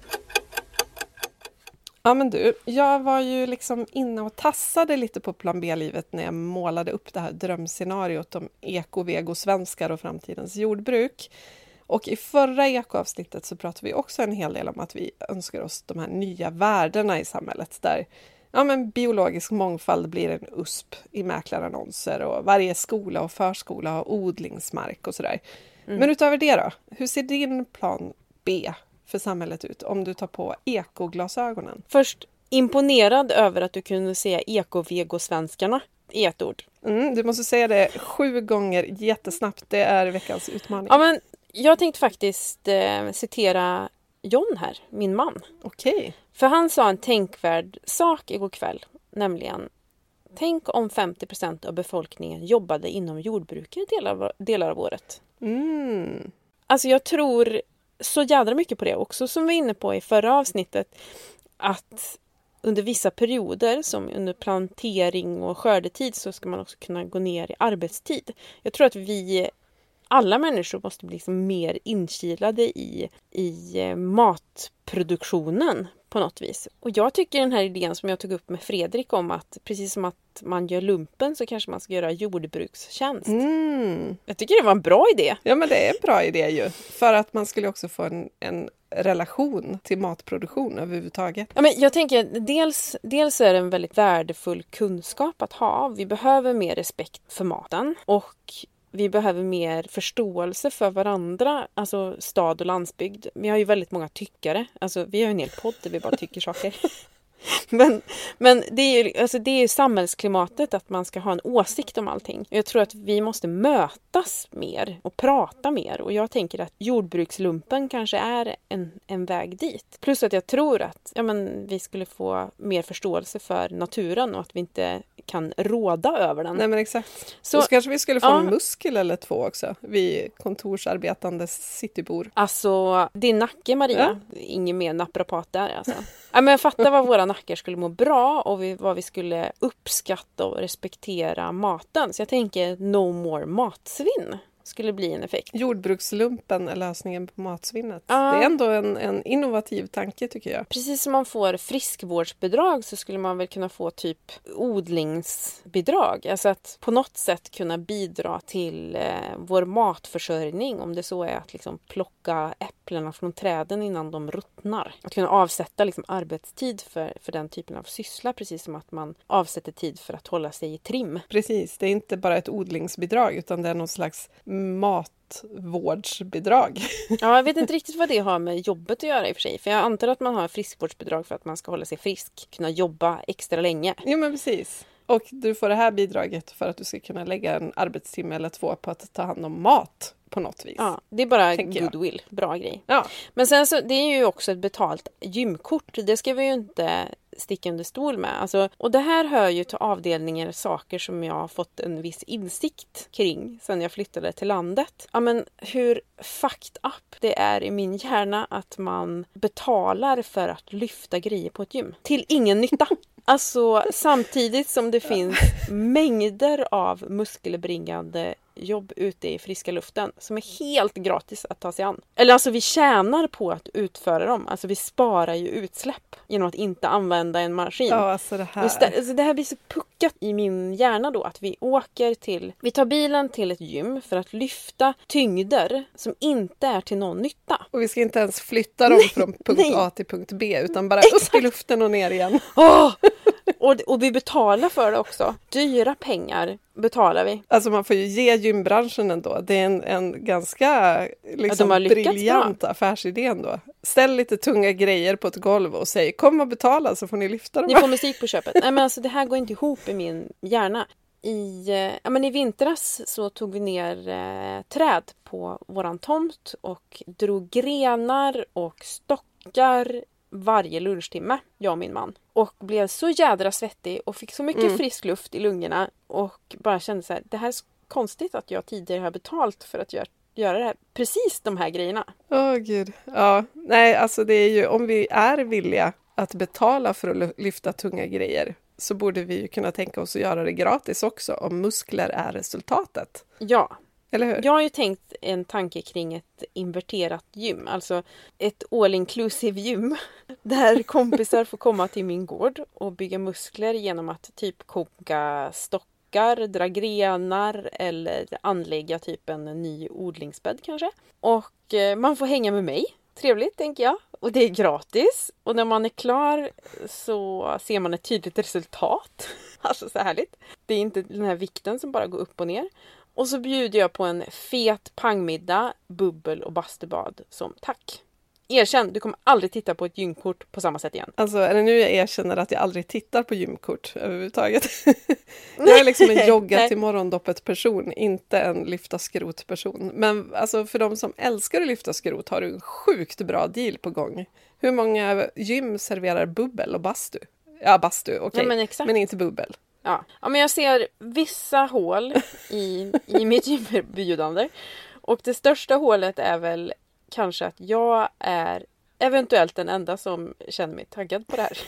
Ja, men du, jag var ju liksom inne och tassade lite på plan B-livet när jag målade upp det här drömscenariot om eko-vego-svenskar och framtidens jordbruk. Och i förra ekoavsnittet så pratade vi också en hel del om att vi önskar oss de här nya värdena i samhället, där biologisk mångfald blir en USP i mäklarannonser, och varje skola och förskola har odlingsmark och sådär. Men utöver det då, hur ser din plan B för samhället ut om du tar på ekoglasögonen? Först, imponerad över att du kunde säga eko-vego-svenskarna i ett ord. Du måste säga det 7 gånger jättesnabbt. Det är veckans utmaning. Ja, men jag tänkte faktiskt citera John här, min man. Okej. För han sa en tänkvärd sak igår kväll, nämligen: tänk om 50% av befolkningen jobbade inom jordbruket delar av året. Alltså jag tror så jädra mycket på det också, som vi var inne på i förra avsnittet, att under vissa perioder, som under plantering och skördetid, så ska man också kunna gå ner i arbetstid. Jag tror att alla människor måste bli liksom mer inkilade i matproduktionen på något vis. Och jag tycker den här idén som jag tog upp med Fredrik om att precis som att man gör lumpen så kanske man ska göra jordbrukstjänst. Jag tycker det var en bra idé. Ja, men det är en bra idé ju. För att man skulle också få en relation till matproduktion överhuvudtaget. Ja, men jag tänker dels är det en väldigt värdefull kunskap att ha. Vi behöver mer respekt för maten, och vi behöver mer förståelse för varandra, alltså stad och landsbygd. Vi har ju väldigt många tyckare. Alltså vi har ju en hel podd där vi bara tycker saker. Men det är ju samhällsklimatet, att man ska ha en åsikt om allting. Jag tror att vi måste mötas mer och prata mer. Och jag tänker att jordbrukslumpen kanske är en väg dit. Plus att jag tror att vi skulle få mer förståelse för naturen, och att vi inte kan råda över den. Nej, men exakt. Så kanske vi skulle få en muskel eller 2 också. Vi kontorsarbetande citybor. Alltså, din nacke, Maria. Ja. Ingen mer naprapat där alltså. Men jag fattar vad våra nackar skulle må bra, och vad vi skulle uppskatta och respektera maten. Så jag tänker no more matsvinn. skulle bli en effekt. Jordbrukslumpen är lösningen på matsvinnet. Ja. Det är ändå en innovativ tanke tycker jag. Precis som man får friskvårdsbidrag så skulle man väl kunna få typ odlingsbidrag. Alltså att på något sätt kunna bidra till vår matförsörjning. Om det så är att liksom plocka äpplena från träden innan de ruttnar. Att kunna avsätta liksom arbetstid för den typen av syssla. Precis som att man avsätter tid för att hålla sig i trim. Precis, det är inte bara ett odlingsbidrag utan det är någon slags matvårdsbidrag. Ja, jag vet inte riktigt vad det har med jobbet att göra i och för sig. För jag antar att man har friskvårdsbidrag för att man ska hålla sig frisk. Kunna jobba extra länge. Jo men precis. Och du får det här bidraget för att du ska kunna lägga en arbetstimme eller 2 på att ta hand om mat på något vis. Ja, det är bara tänker jag. goodwill. Bra grej. Ja. Men sen så, det är ju också ett betalt gymkort. Det ska vi ju inte sticka under stol med. Alltså, och det här hör ju till avdelningar saker som jag har fått en viss insikt kring sen jag flyttade till landet. Ja, men hur fucked up det är i min hjärna att man betalar för att lyfta grejer på ett gym. Till ingen nytta. Alltså samtidigt som det finns mängder av muskelbringande jobb ute i friska luften som är helt gratis att ta sig an. Eller alltså vi tjänar på att utföra dem. Alltså vi sparar ju utsläpp genom att inte använda en maskin. Ja, alltså det här. Alltså det här blir så puckat i min hjärna då att vi tar bilen till ett gym för att lyfta tyngder som inte är till någon nytta. Och vi ska inte ens flytta dem från punkt A till punkt B utan bara upp i luften och ner igen. Och vi betalar för det också. Dyra pengar betalar vi. Alltså man får ju ge gymbranschen ändå. Det är en ganska liksom, briljant affärsidé ändå. Ställ lite tunga grejer på ett golv och säg kom och betala så får ni lyfta dem. Ni får musik på köpet. Nej men alltså det här går inte ihop i min hjärna. I vintras så tog vi ner träd på våran tomt och drog grenar och stockar varje lunchtimme, jag och min man. Och blev så jädra svettig och fick så mycket frisk luft i lungorna och bara kände så här, det här är konstigt att jag tidigare har betalt för att göra det här, precis de här grejerna. Åh gud, ja. Nej, alltså det är ju, om vi är villiga att betala för att lyfta tunga grejer så borde vi ju kunna tänka oss att göra det gratis också om muskler är resultatet. Ja. Eller hur? Jag har ju tänkt en tanke kring ett inverterat gym. Alltså ett all-inclusive gym. Där kompisar får komma till min gård och bygga muskler genom att typ koka stockar, dra grenar eller anlägga typ en ny odlingsbädd kanske. Och man får hänga med mig. Trevligt tänker jag. Och det är gratis. Och när man är klar så ser man ett tydligt resultat. Alltså så härligt. Det är inte den här vikten som bara går upp och ner. Och så bjuder jag på en fet pangmiddag, bubbel och bastubad som tack. Erkänn, du kommer aldrig titta på ett gymkort på samma sätt igen. Alltså är det nu jag erkänner att jag aldrig tittar på gymkort överhuvudtaget? Jag är liksom en jogga till morgondoppet person, inte en lyfta skrot person. Men alltså för de som älskar att lyfta skrot har du en sjukt bra deal på gång. Hur många gym serverar bubbel och bastu? Ja, bastu, okej. Men inte bubbel. Ja, men jag ser vissa hål i mitt gymbjudande. Och det största hålet är väl kanske att jag är eventuellt den enda som känner mig taggad på det här.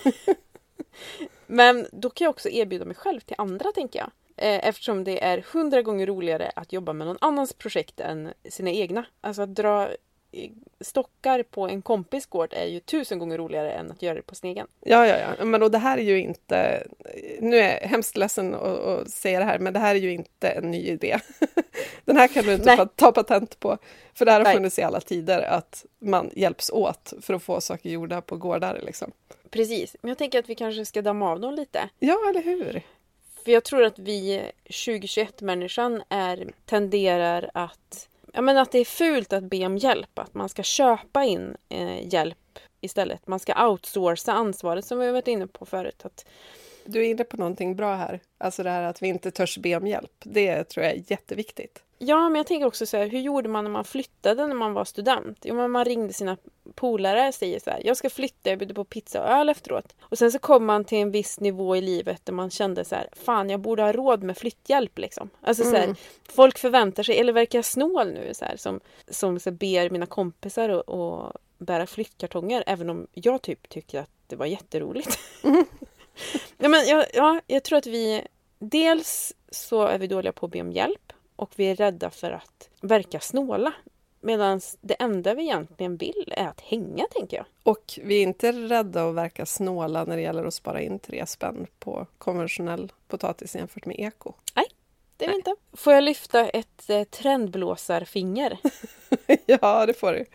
Men då kan jag också erbjuda mig själv till andra, tänker jag. Eftersom det är 100 gånger roligare att jobba med någon annans projekt än sina egna. Alltså att dra stockar på en kompis gård är ju 1000 gånger roligare än att göra det på sin egen. Ja. Men och det här är ju inte... Nu är jag hemskt ledsen att säga det här, men det här är ju inte en ny idé. Den här kan du inte ta patent på. För det här har funnits i alla tider att man hjälps åt för att få saker gjorda på gårdar. Liksom. Precis, men jag tänker att vi kanske ska damma av dem lite. Ja, eller hur? För jag tror att vi 2021-människan tenderar att... Ja, men att det är fult att be om hjälp. Att man ska köpa in hjälp istället. Man ska outsourca ansvaret som vi har varit inne på förut. Du är inne på någonting bra här. Alltså det här att vi inte törs be om hjälp. Det tror jag är jätteviktigt. Ja, men jag tänker också så här. Hur gjorde man när man flyttade när man var student? Jo, men man ringde sina polare och säger så här. Jag ska flytta, jag bjuder på pizza och öl efteråt. Och sen så kom man till en viss nivå i livet där man kände så här. Fan, jag borde ha råd med flytthjälp liksom. Alltså så här. Folk förväntar sig, eller verkar jag snål nu så här. Som så ber mina kompisar och bära flyttkartonger. Även om jag tyckte att det var jätteroligt. Ja, men jag tror att vi... Dels så är vi dåliga på att be om hjälp. och vi är rädda för att verka snåla. Medan det enda vi egentligen vill är att hänga, tänker jag. Och vi är inte rädda att verka snåla när det gäller att spara in 3 spänn på konventionell potatis jämfört med eko. Nej, det är vi inte. Får jag lyfta ett trendblåsarfinger? Ja, det får du.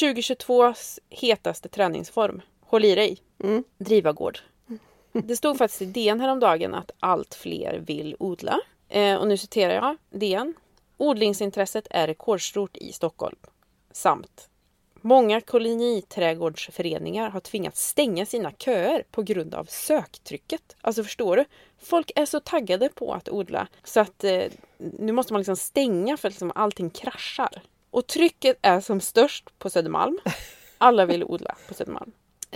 2022s hetaste träningsform. Håll i dig. Drivagård. Det stod faktiskt i DN häromdagen att allt fler vill odla. Och nu citerar jag DN. Odlingsintresset är rekordstort i Stockholm. Samt många koloniträdgårdsföreningar har tvingats stänga sina köer på grund av söktrycket. Alltså förstår du? Folk är så taggade på att odla så att nu måste man liksom stänga för att liksom allting kraschar. Och trycket är som störst på Södermalm. Alla vill odla på Södermalm.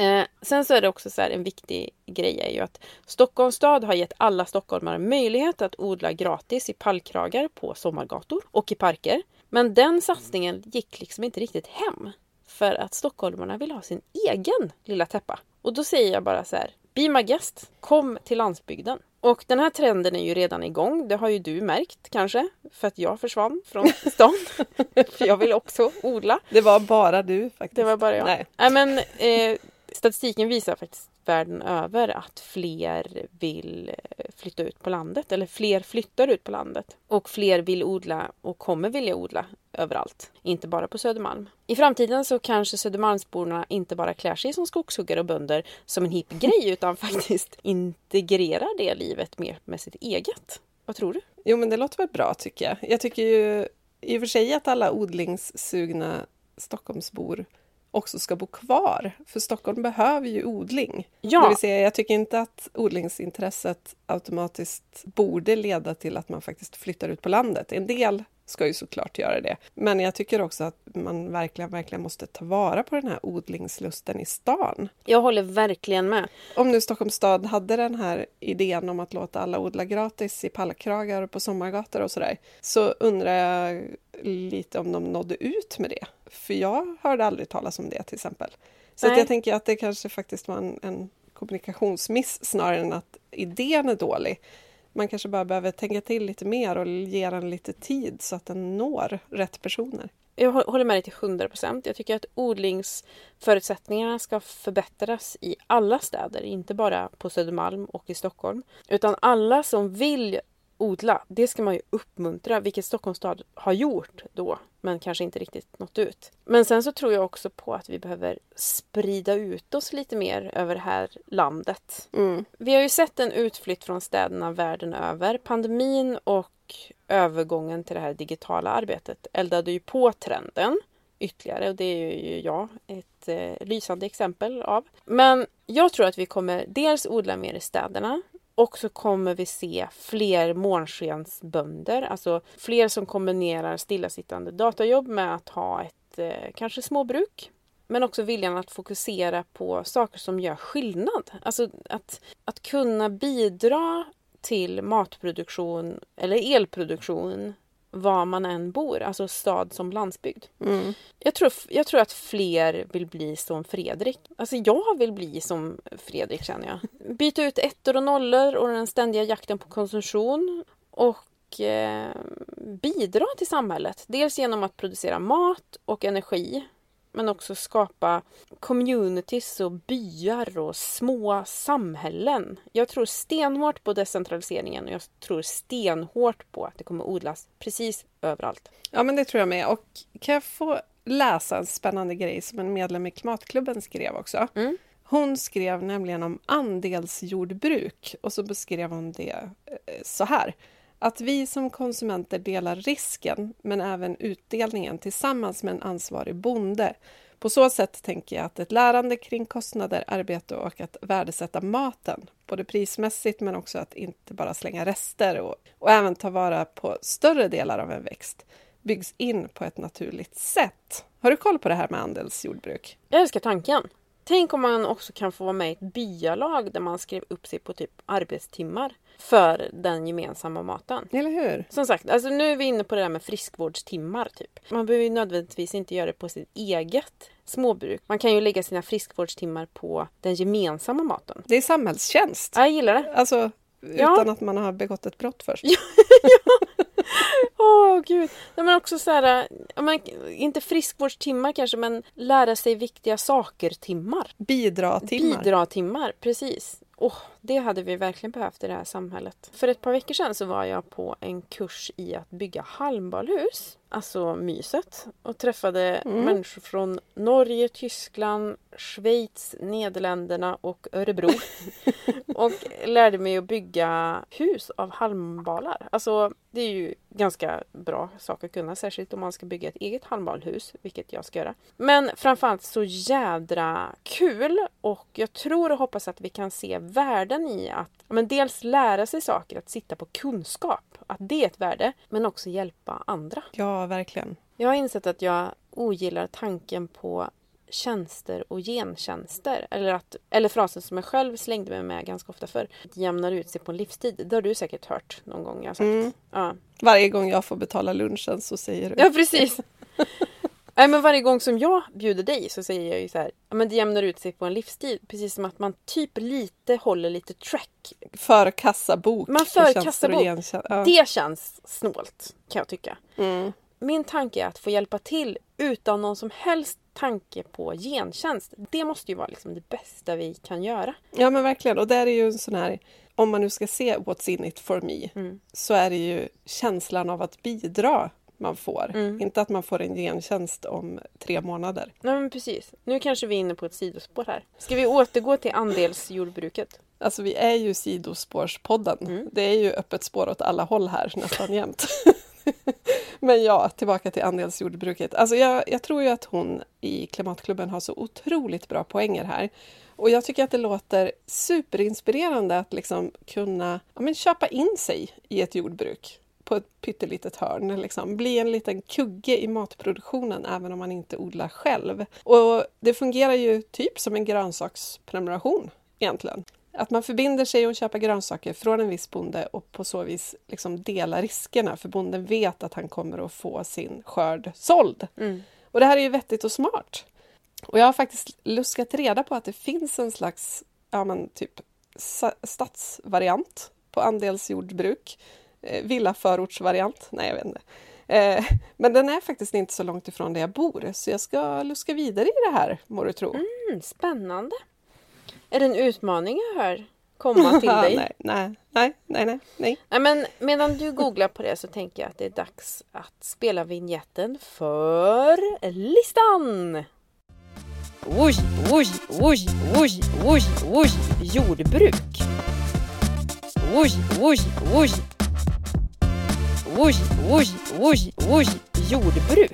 Sen så är det också så här, en viktig grej är ju att Stockholms stad har gett alla stockholmare möjlighet att odla gratis i pallkragar på sommargator och i parker. Men den satsningen gick liksom inte riktigt hem för att stockholmarna vill ha sin egen lilla täppa. Och då säger jag bara så här, be my guest, kom till landsbygden. Och den här trenden är ju redan igång, det har ju du märkt kanske, för att jag försvann från stan. För jag vill också odla. Det var bara du faktiskt. Det var bara jag. Nej. Men statistiken visar faktiskt världen över att fler vill flytta ut på landet. Eller fler flyttar ut på landet. Och fler vill odla och kommer vilja odla överallt. Inte bara på Södermalm. I framtiden så kanske Södermalmsborna inte bara klär sig som skogshuggare och bönder som en hipp grej. Utan faktiskt integrerar det livet mer med sitt eget. Vad tror du? Jo, men det låter väl bra tycker jag. Jag tycker ju i och för sig att alla odlingssugna Stockholmsbor också ska bo kvar. För Stockholm behöver ju odling. Ja. Det vill säga, jag tycker inte att odlingsintresset automatiskt borde leda till att man faktiskt flyttar ut på landet. En del ska ju såklart göra det. Men jag tycker också att man verkligen måste ta vara på den här odlingslusten i stan. Jag håller verkligen med. Om nu Stockholms stad hade den här idén om att låta alla odla gratis i pallkragar på sommargator och sådär, så undrar jag lite om de nådde ut med det. För jag hörde aldrig talas om det till exempel. Så att jag tänker att det kanske faktiskt var en kommunikationsmiss snarare än att idén är dålig. Man kanske bara behöver tänka till lite mer och ge den lite tid så att den når rätt personer. Jag håller med dig till 100%. Jag tycker att odlingsförutsättningarna ska förbättras i alla städer. Inte bara på Södermalm och i Stockholm. Utan alla som vill odla, det ska man ju uppmuntra. Vilket Stockholms stad har gjort då. Men kanske inte riktigt nått ut. Men sen så tror jag också på att vi behöver sprida ut oss lite mer över det här landet. Vi har ju sett en utflytt från städerna världen över. Pandemin och övergången till det här digitala arbetet eldade ju på trenden ytterligare. Och det är ju jag ett lysande exempel av. Men jag tror att vi kommer dels odla mer i städerna. Och så kommer vi se fler månskensbönder, alltså fler som kombinerar stillasittande datajobb med att ha ett kanske småbruk. Men också viljan att fokusera på saker som gör skillnad. Alltså att kunna bidra till matproduktion eller elproduktion var man än bor, alltså stad som landsbygd. Jag tror att fler vill bli som Fredrik. Alltså jag vill bli som Fredrik, känner jag. Byta ut ettor och nollor och den ständiga jakten på konsumtion och bidra till samhället. Dels genom att producera mat och energi, men också skapa communities och byar och små samhällen. Jag tror stenhårt på decentraliseringen och jag tror stenhårt på att det kommer odlas precis överallt. Ja, men det tror jag med. Och kan jag få läsa en spännande grej som en medlem i Klimatklubben skrev också? Hon skrev nämligen om andelsjordbruk och så beskrev hon det så här. Att vi som konsumenter delar risken men även utdelningen tillsammans med en ansvarig bonde. På så sätt tänker jag att ett lärande kring kostnader, arbete och att värdesätta maten. Både prismässigt men också att inte bara slänga rester och även ta vara på större delar av en växt. Byggs in på ett naturligt sätt. Har du koll på det här med andelsjordbruk? Jag älskar tanken. Tänk om man också kan få vara med i ett byalag där man skrev upp sig på typ arbetstimmar för den gemensamma maten. Eller hur? Som sagt, alltså nu är vi inne på det där med friskvårdstimmar typ. Man behöver ju nödvändigtvis inte göra det på sitt eget småbruk. Man kan ju lägga sina friskvårdstimmar på den gemensamma maten. Det är samhällstjänst. Jag gillar det. Alltså, utan att man har begått ett brott först. Gud. Nej, men också så här, inte friskvårdstimmar kanske, men lära sig viktiga saker-timmar. Bidra-timmar, precis. Det hade vi verkligen behövt i det här samhället. För ett par veckor sedan så var jag på en kurs i att bygga halmbalhus. Alltså myset. Och träffade människor från Norge, Tyskland, Schweiz, Nederländerna och Örebro. Och lärde mig att bygga hus av halmbalar. Alltså det är ju ganska bra sak att kunna. Särskilt om man ska bygga ett eget halmbalhus. Vilket jag ska göra. Men framförallt så jädra kul. Och jag tror och hoppas att vi kan se värden i att dels lära sig saker. Att sitta på kunskap. Att det är ett värde. Men också hjälpa andra. Ja, verkligen. Jag har insett att jag ogillar tanken på tjänster och gentjänster. Eller frasen som jag själv slängde mig med ganska ofta för. Att jämnar ut sig på en livstid. Det har du säkert hört någon gång jag har sagt. Ja. Varje gång jag får betala lunchen så säger du. Ja, precis. Nej, men varje gång som jag bjuder dig så säger jag ju så här. Det jämnar ut sig på en livstid. Precis som att man typ håller lite track. För kassabok. Man för kassabok. Det känns snålt kan jag tycka. Min tanke är att få hjälpa till utan någon som helst tanke på gentjänst. Det måste ju vara liksom det bästa vi kan göra. Ja, men verkligen. Och där är ju en sån här, om man nu ska se what's in it for me, så är det ju känslan av att bidra man får. Inte att man får en gentjänst om 3 månader. Nej, men precis. Nu kanske vi är inne på ett sidospår här. Ska vi återgå till andelsjordbruket? Alltså vi är ju sidospårspodden. Det är ju öppet spår åt alla håll här nästan jämt. Men ja, tillbaka till andelsjordbruket. Alltså jag tror ju att hon i Klimatklubben har så otroligt bra poänger här. Och jag tycker att det låter superinspirerande att liksom kunna köpa in sig i ett jordbruk på ett pyttelitet hörn. Liksom. Bli en liten kugge i matproduktionen även om man inte odlar själv. Och det fungerar ju typ som en grönsaksprenumeration egentligen. Att man förbinder sig att köpa grönsaker från en viss bonde och på så vis liksom dela riskerna. För bonden vet att han kommer att få sin skörd såld. Och det här är ju vettigt och smart. Och jag har faktiskt luskat reda på att det finns en slags typ stadsvariant på andelsjordbruk. Villaförortsvariant. Nej, jag vet inte. Men den är faktiskt inte så långt ifrån där jag bor. Så jag ska luska vidare i det här, må du tro. Spännande. Är det en utmaning jag hör komma till dig? Nej. Nej, men medan du googlar på det så tänker jag att det är dags att spela vignetten för listan. Oj, jordbruk. Oj, jordbruk.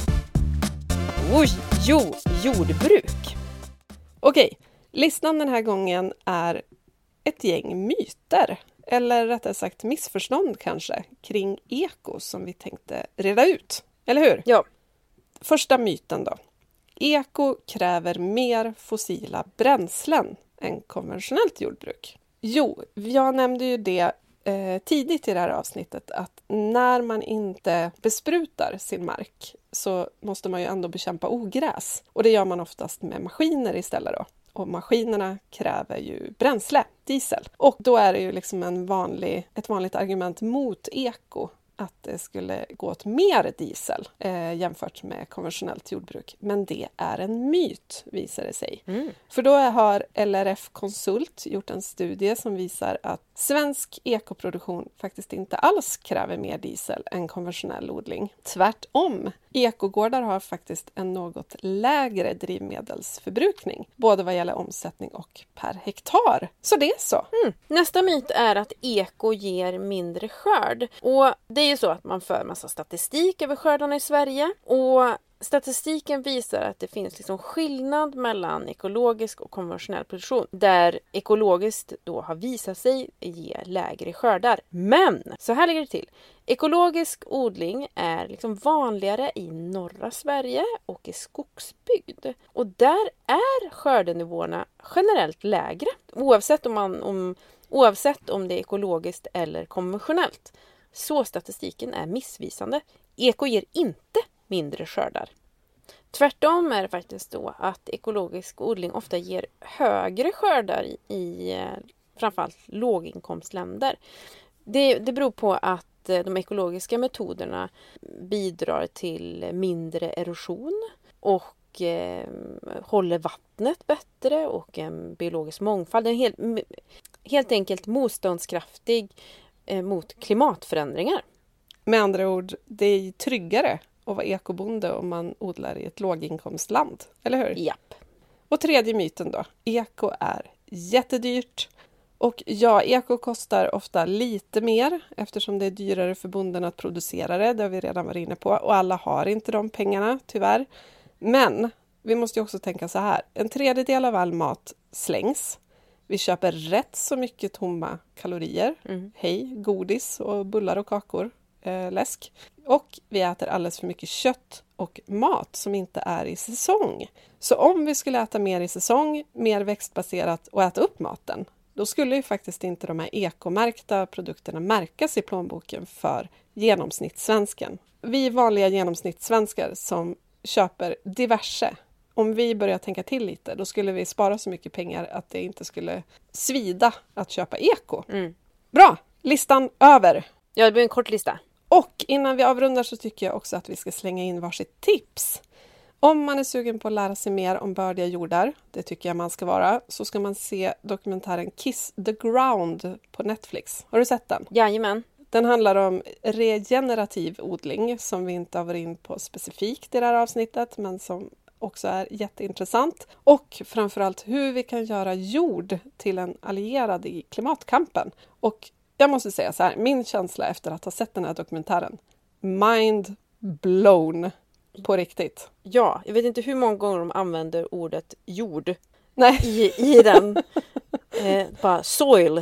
Jordbruk. Okej. Listan den här gången är ett gäng myter, eller rättare sagt missförstånd kanske, kring eko som vi tänkte reda ut. Eller hur? Ja. Första myten då. Eko kräver mer fossila bränslen än konventionellt jordbruk. Jo, jag nämnde ju det tidigt i det här avsnittet att när man inte besprutar sin mark så måste man ju ändå bekämpa ogräs. Och det gör man oftast med maskiner istället då. Och maskinerna kräver ju bränsle, diesel. Och då är det ju liksom ett vanligt argument mot eko att det skulle gå åt mer diesel jämfört med konventionellt jordbruk. Men det är en myt, visar det sig. För då har LRF Konsult gjort en studie som visar att svensk ekoproduktion faktiskt inte alls kräver mer diesel än konventionell odling. Tvärtom. Ekogårdar har faktiskt en något lägre drivmedelsförbrukning, både vad gäller omsättning och per hektar. Så det är så. Nästa myt är att eko ger mindre skörd. Och det är ju så att man för massa statistik över skördarna i Sverige. Och statistiken visar att det finns liksom skillnad mellan ekologisk och konventionell produktion. Där ekologiskt då har visat sig ge lägre skördar. Men så här ligger det till. Ekologisk odling är liksom vanligare i norra Sverige och i skogsbygd. Och där är skördenivåerna generellt lägre. Oavsett om det är ekologiskt eller konventionellt. Så statistiken är missvisande. Eko ger inte mindre skördar. Tvärtom är det faktiskt så att ekologisk odling ofta ger högre skördar i framförallt låginkomstländer. Det beror på att de ekologiska metoderna bidrar till mindre erosion och håller vattnet bättre och en biologisk mångfald. En helt enkelt motståndskraftig mot klimatförändringar. Med andra ord, det är tryggare att vara ekobonde om man odlar i ett låginkomstland, eller hur? Japp. Och tredje myten då. Eko är jättedyrt. Och ja, eko kostar ofta lite mer eftersom det är dyrare för bonden att producera det. Det har vi redan varit inne på. Och alla har inte de pengarna, tyvärr. Men vi måste ju också tänka så här. 1/3 av all mat slängs. Vi köper rätt så mycket tomma kalorier. Hej, godis och bullar och kakor. Läsk. Och vi äter alldeles för mycket kött och mat som inte är i säsong. Så om vi skulle äta mer i säsong, mer växtbaserat och äta upp maten, då skulle ju faktiskt inte de här ekomärkta produkterna märkas i plånboken för genomsnittssvensken. Vi vanliga genomsnittssvenskar som köper diverse, om vi börjar tänka till lite, då skulle vi spara så mycket pengar att det inte skulle svida att köpa eko. Bra, listan över. Ja, det blir en kort lista. Och innan vi avrundar så tycker jag också att vi ska slänga in varsitt tips. Om man är sugen på att lära sig mer om bördiga jordar, det tycker jag man ska vara, så ska man se dokumentären Kiss the Ground på Netflix. Har du sett den? Jajamän. Den handlar om regenerativ odling som vi inte har varit in på specifikt i det här avsnittet, men som också är jätteintressant. Och framförallt hur vi kan göra jord till en allierad i klimatkampen. Och jag måste säga så här, min känsla efter att ha sett den här dokumentären, mind blown på riktigt. Ja, jag vet inte hur många gånger de använder ordet jord. Nej. I den. Bara soil.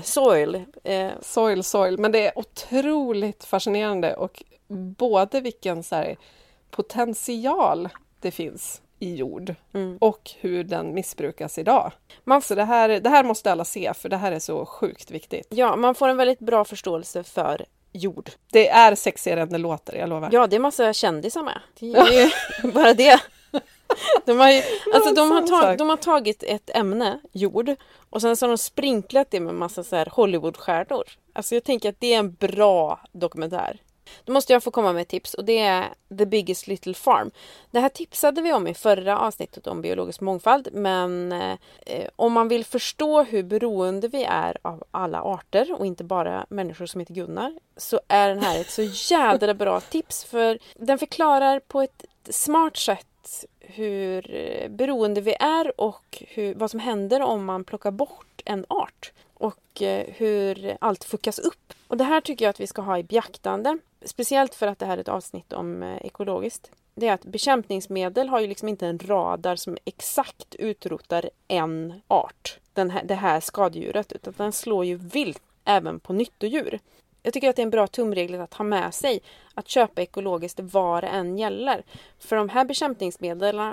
Soil. Men det är otroligt fascinerande och både vilken så här, potential det finns i jord och hur den missbrukas idag. Så det här måste alla se, för det här är så sjukt viktigt. Ja, man får en väldigt bra förståelse för jord. Det är sexigare än det låter, jag lovar. Ja, det är massa kändisar med. Det är ju bara det. De har tagit ett ämne, jord, och sen så har de sprinklat det med massa så här Hollywoodstjärnor. Alltså jag tänker att det är en bra dokumentär. Då måste jag få komma med ett tips, och det är The Biggest Little Farm. Det här tipsade vi om i förra avsnittet om biologisk mångfald, men om man vill förstå hur beroende vi är av alla arter och inte bara människor som heter Gunnar, så är den här ett så jädra bra tips, för den förklarar på ett smart sätt hur beroende vi är och vad som händer om man plockar bort en art och hur allt fuckas upp. Och det här tycker jag att vi ska ha i beaktande, speciellt för att det här är ett avsnitt om ekologiskt. Det är att bekämpningsmedel har ju liksom inte en radar som exakt utrotar en art, det här skadedjuret, utan den slår ju vilt även på nyttodjur. Jag tycker att det är en bra tumregel att ha med sig att köpa ekologiskt var det än gäller. För de här bekämpningsmedlen,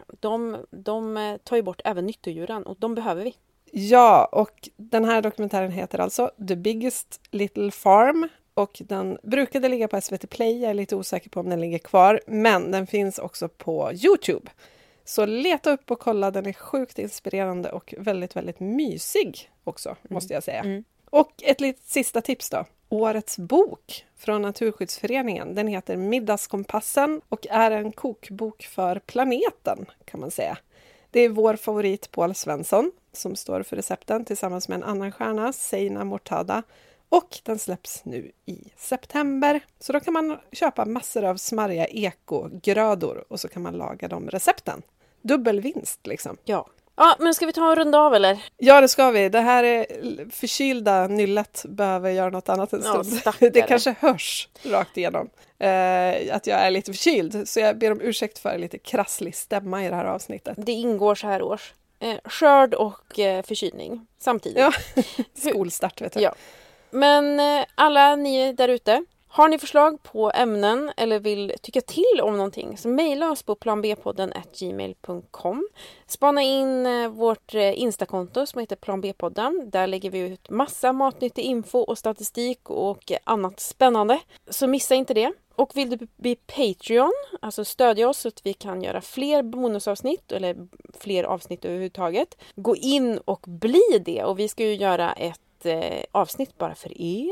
de tar ju bort även nyttodjuren, och de behöver vi. Ja, och den här dokumentären heter alltså The Biggest Little Farm, och den brukade ligga på SVT Play. Jag är lite osäker på om den ligger kvar, men den finns också på YouTube. Så leta upp och kolla, den är sjukt inspirerande och väldigt, väldigt mysig också, måste jag säga. Och ett litet sista tips då. Årets bok från Naturskyddsföreningen. Den heter Middagskompassen och är en kokbok för planeten, kan man säga. Det är vår favorit Paul Svensson som står för recepten tillsammans med en annan stjärna, Seina Mortada. Och den släpps nu i september. Så då kan man köpa massor av smarriga ekogrödor och så kan man laga de recepten. Dubbel vinst liksom. Ja. Ja, men ska vi ta en runda av eller? Ja, det ska vi. Det här är förkylda nyllet behöver göra något annat en stund. Det kanske hörs rakt igenom att jag är lite förkyld. Så jag ber om ursäkt för lite krasslig stämma i det här avsnittet. Det ingår så här års. Skörd och förkylning samtidigt. Ja, skolstart vet jag. Ja. Men alla ni där ute, har ni förslag på ämnen eller vill tycka till om någonting, så mejla oss på planbpodden@gmail.com. Spana in vårt Instakonto som heter planbpodden. Där lägger vi ut massa matnyttig info och statistik och annat spännande. Så missa inte det. Och vill du bli Patreon, alltså stödja oss så att vi kan göra fler bonusavsnitt eller fler avsnitt överhuvudtaget, gå in och bli det. Och vi ska ju göra ett avsnitt bara för er.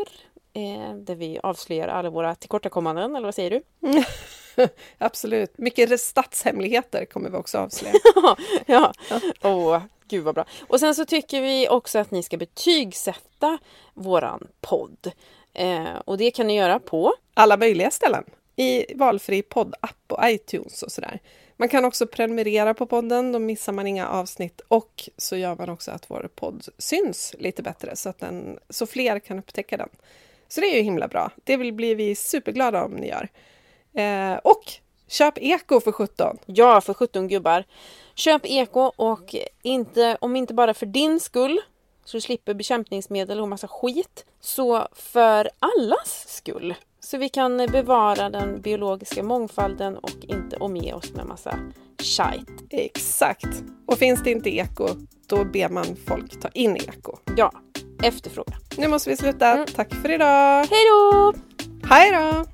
där vi avslöjar alla våra tillkortakommanden, eller vad säger du? Absolut. Mycket statshemligheter kommer vi också avslöja. Ja. Gud vad bra. Och sen så tycker vi också att ni ska betygsätta våran podd. Och det kan ni göra på alla möjliga ställen. I valfri poddapp och iTunes och sådär. Man kan också prenumerera på podden, då missar man inga avsnitt. Och så gör man också att vår podd syns lite bättre så fler kan upptäcka den. Så det är ju himla bra. Det blir vi superglada om ni gör. Och köp eko för 17. Ja, för 17 gubbar. Köp eko och om inte bara för din skull, så du slipper bekämpningsmedel och massa skit, så för allas skull. Så vi kan bevara den biologiska mångfalden och inte omge oss med massa shit. Exakt. Och finns det inte eko, då ber man folk ta in eko. Ja, efterfråga. Nu måste vi sluta. Tack för idag. Hej då! Hej då!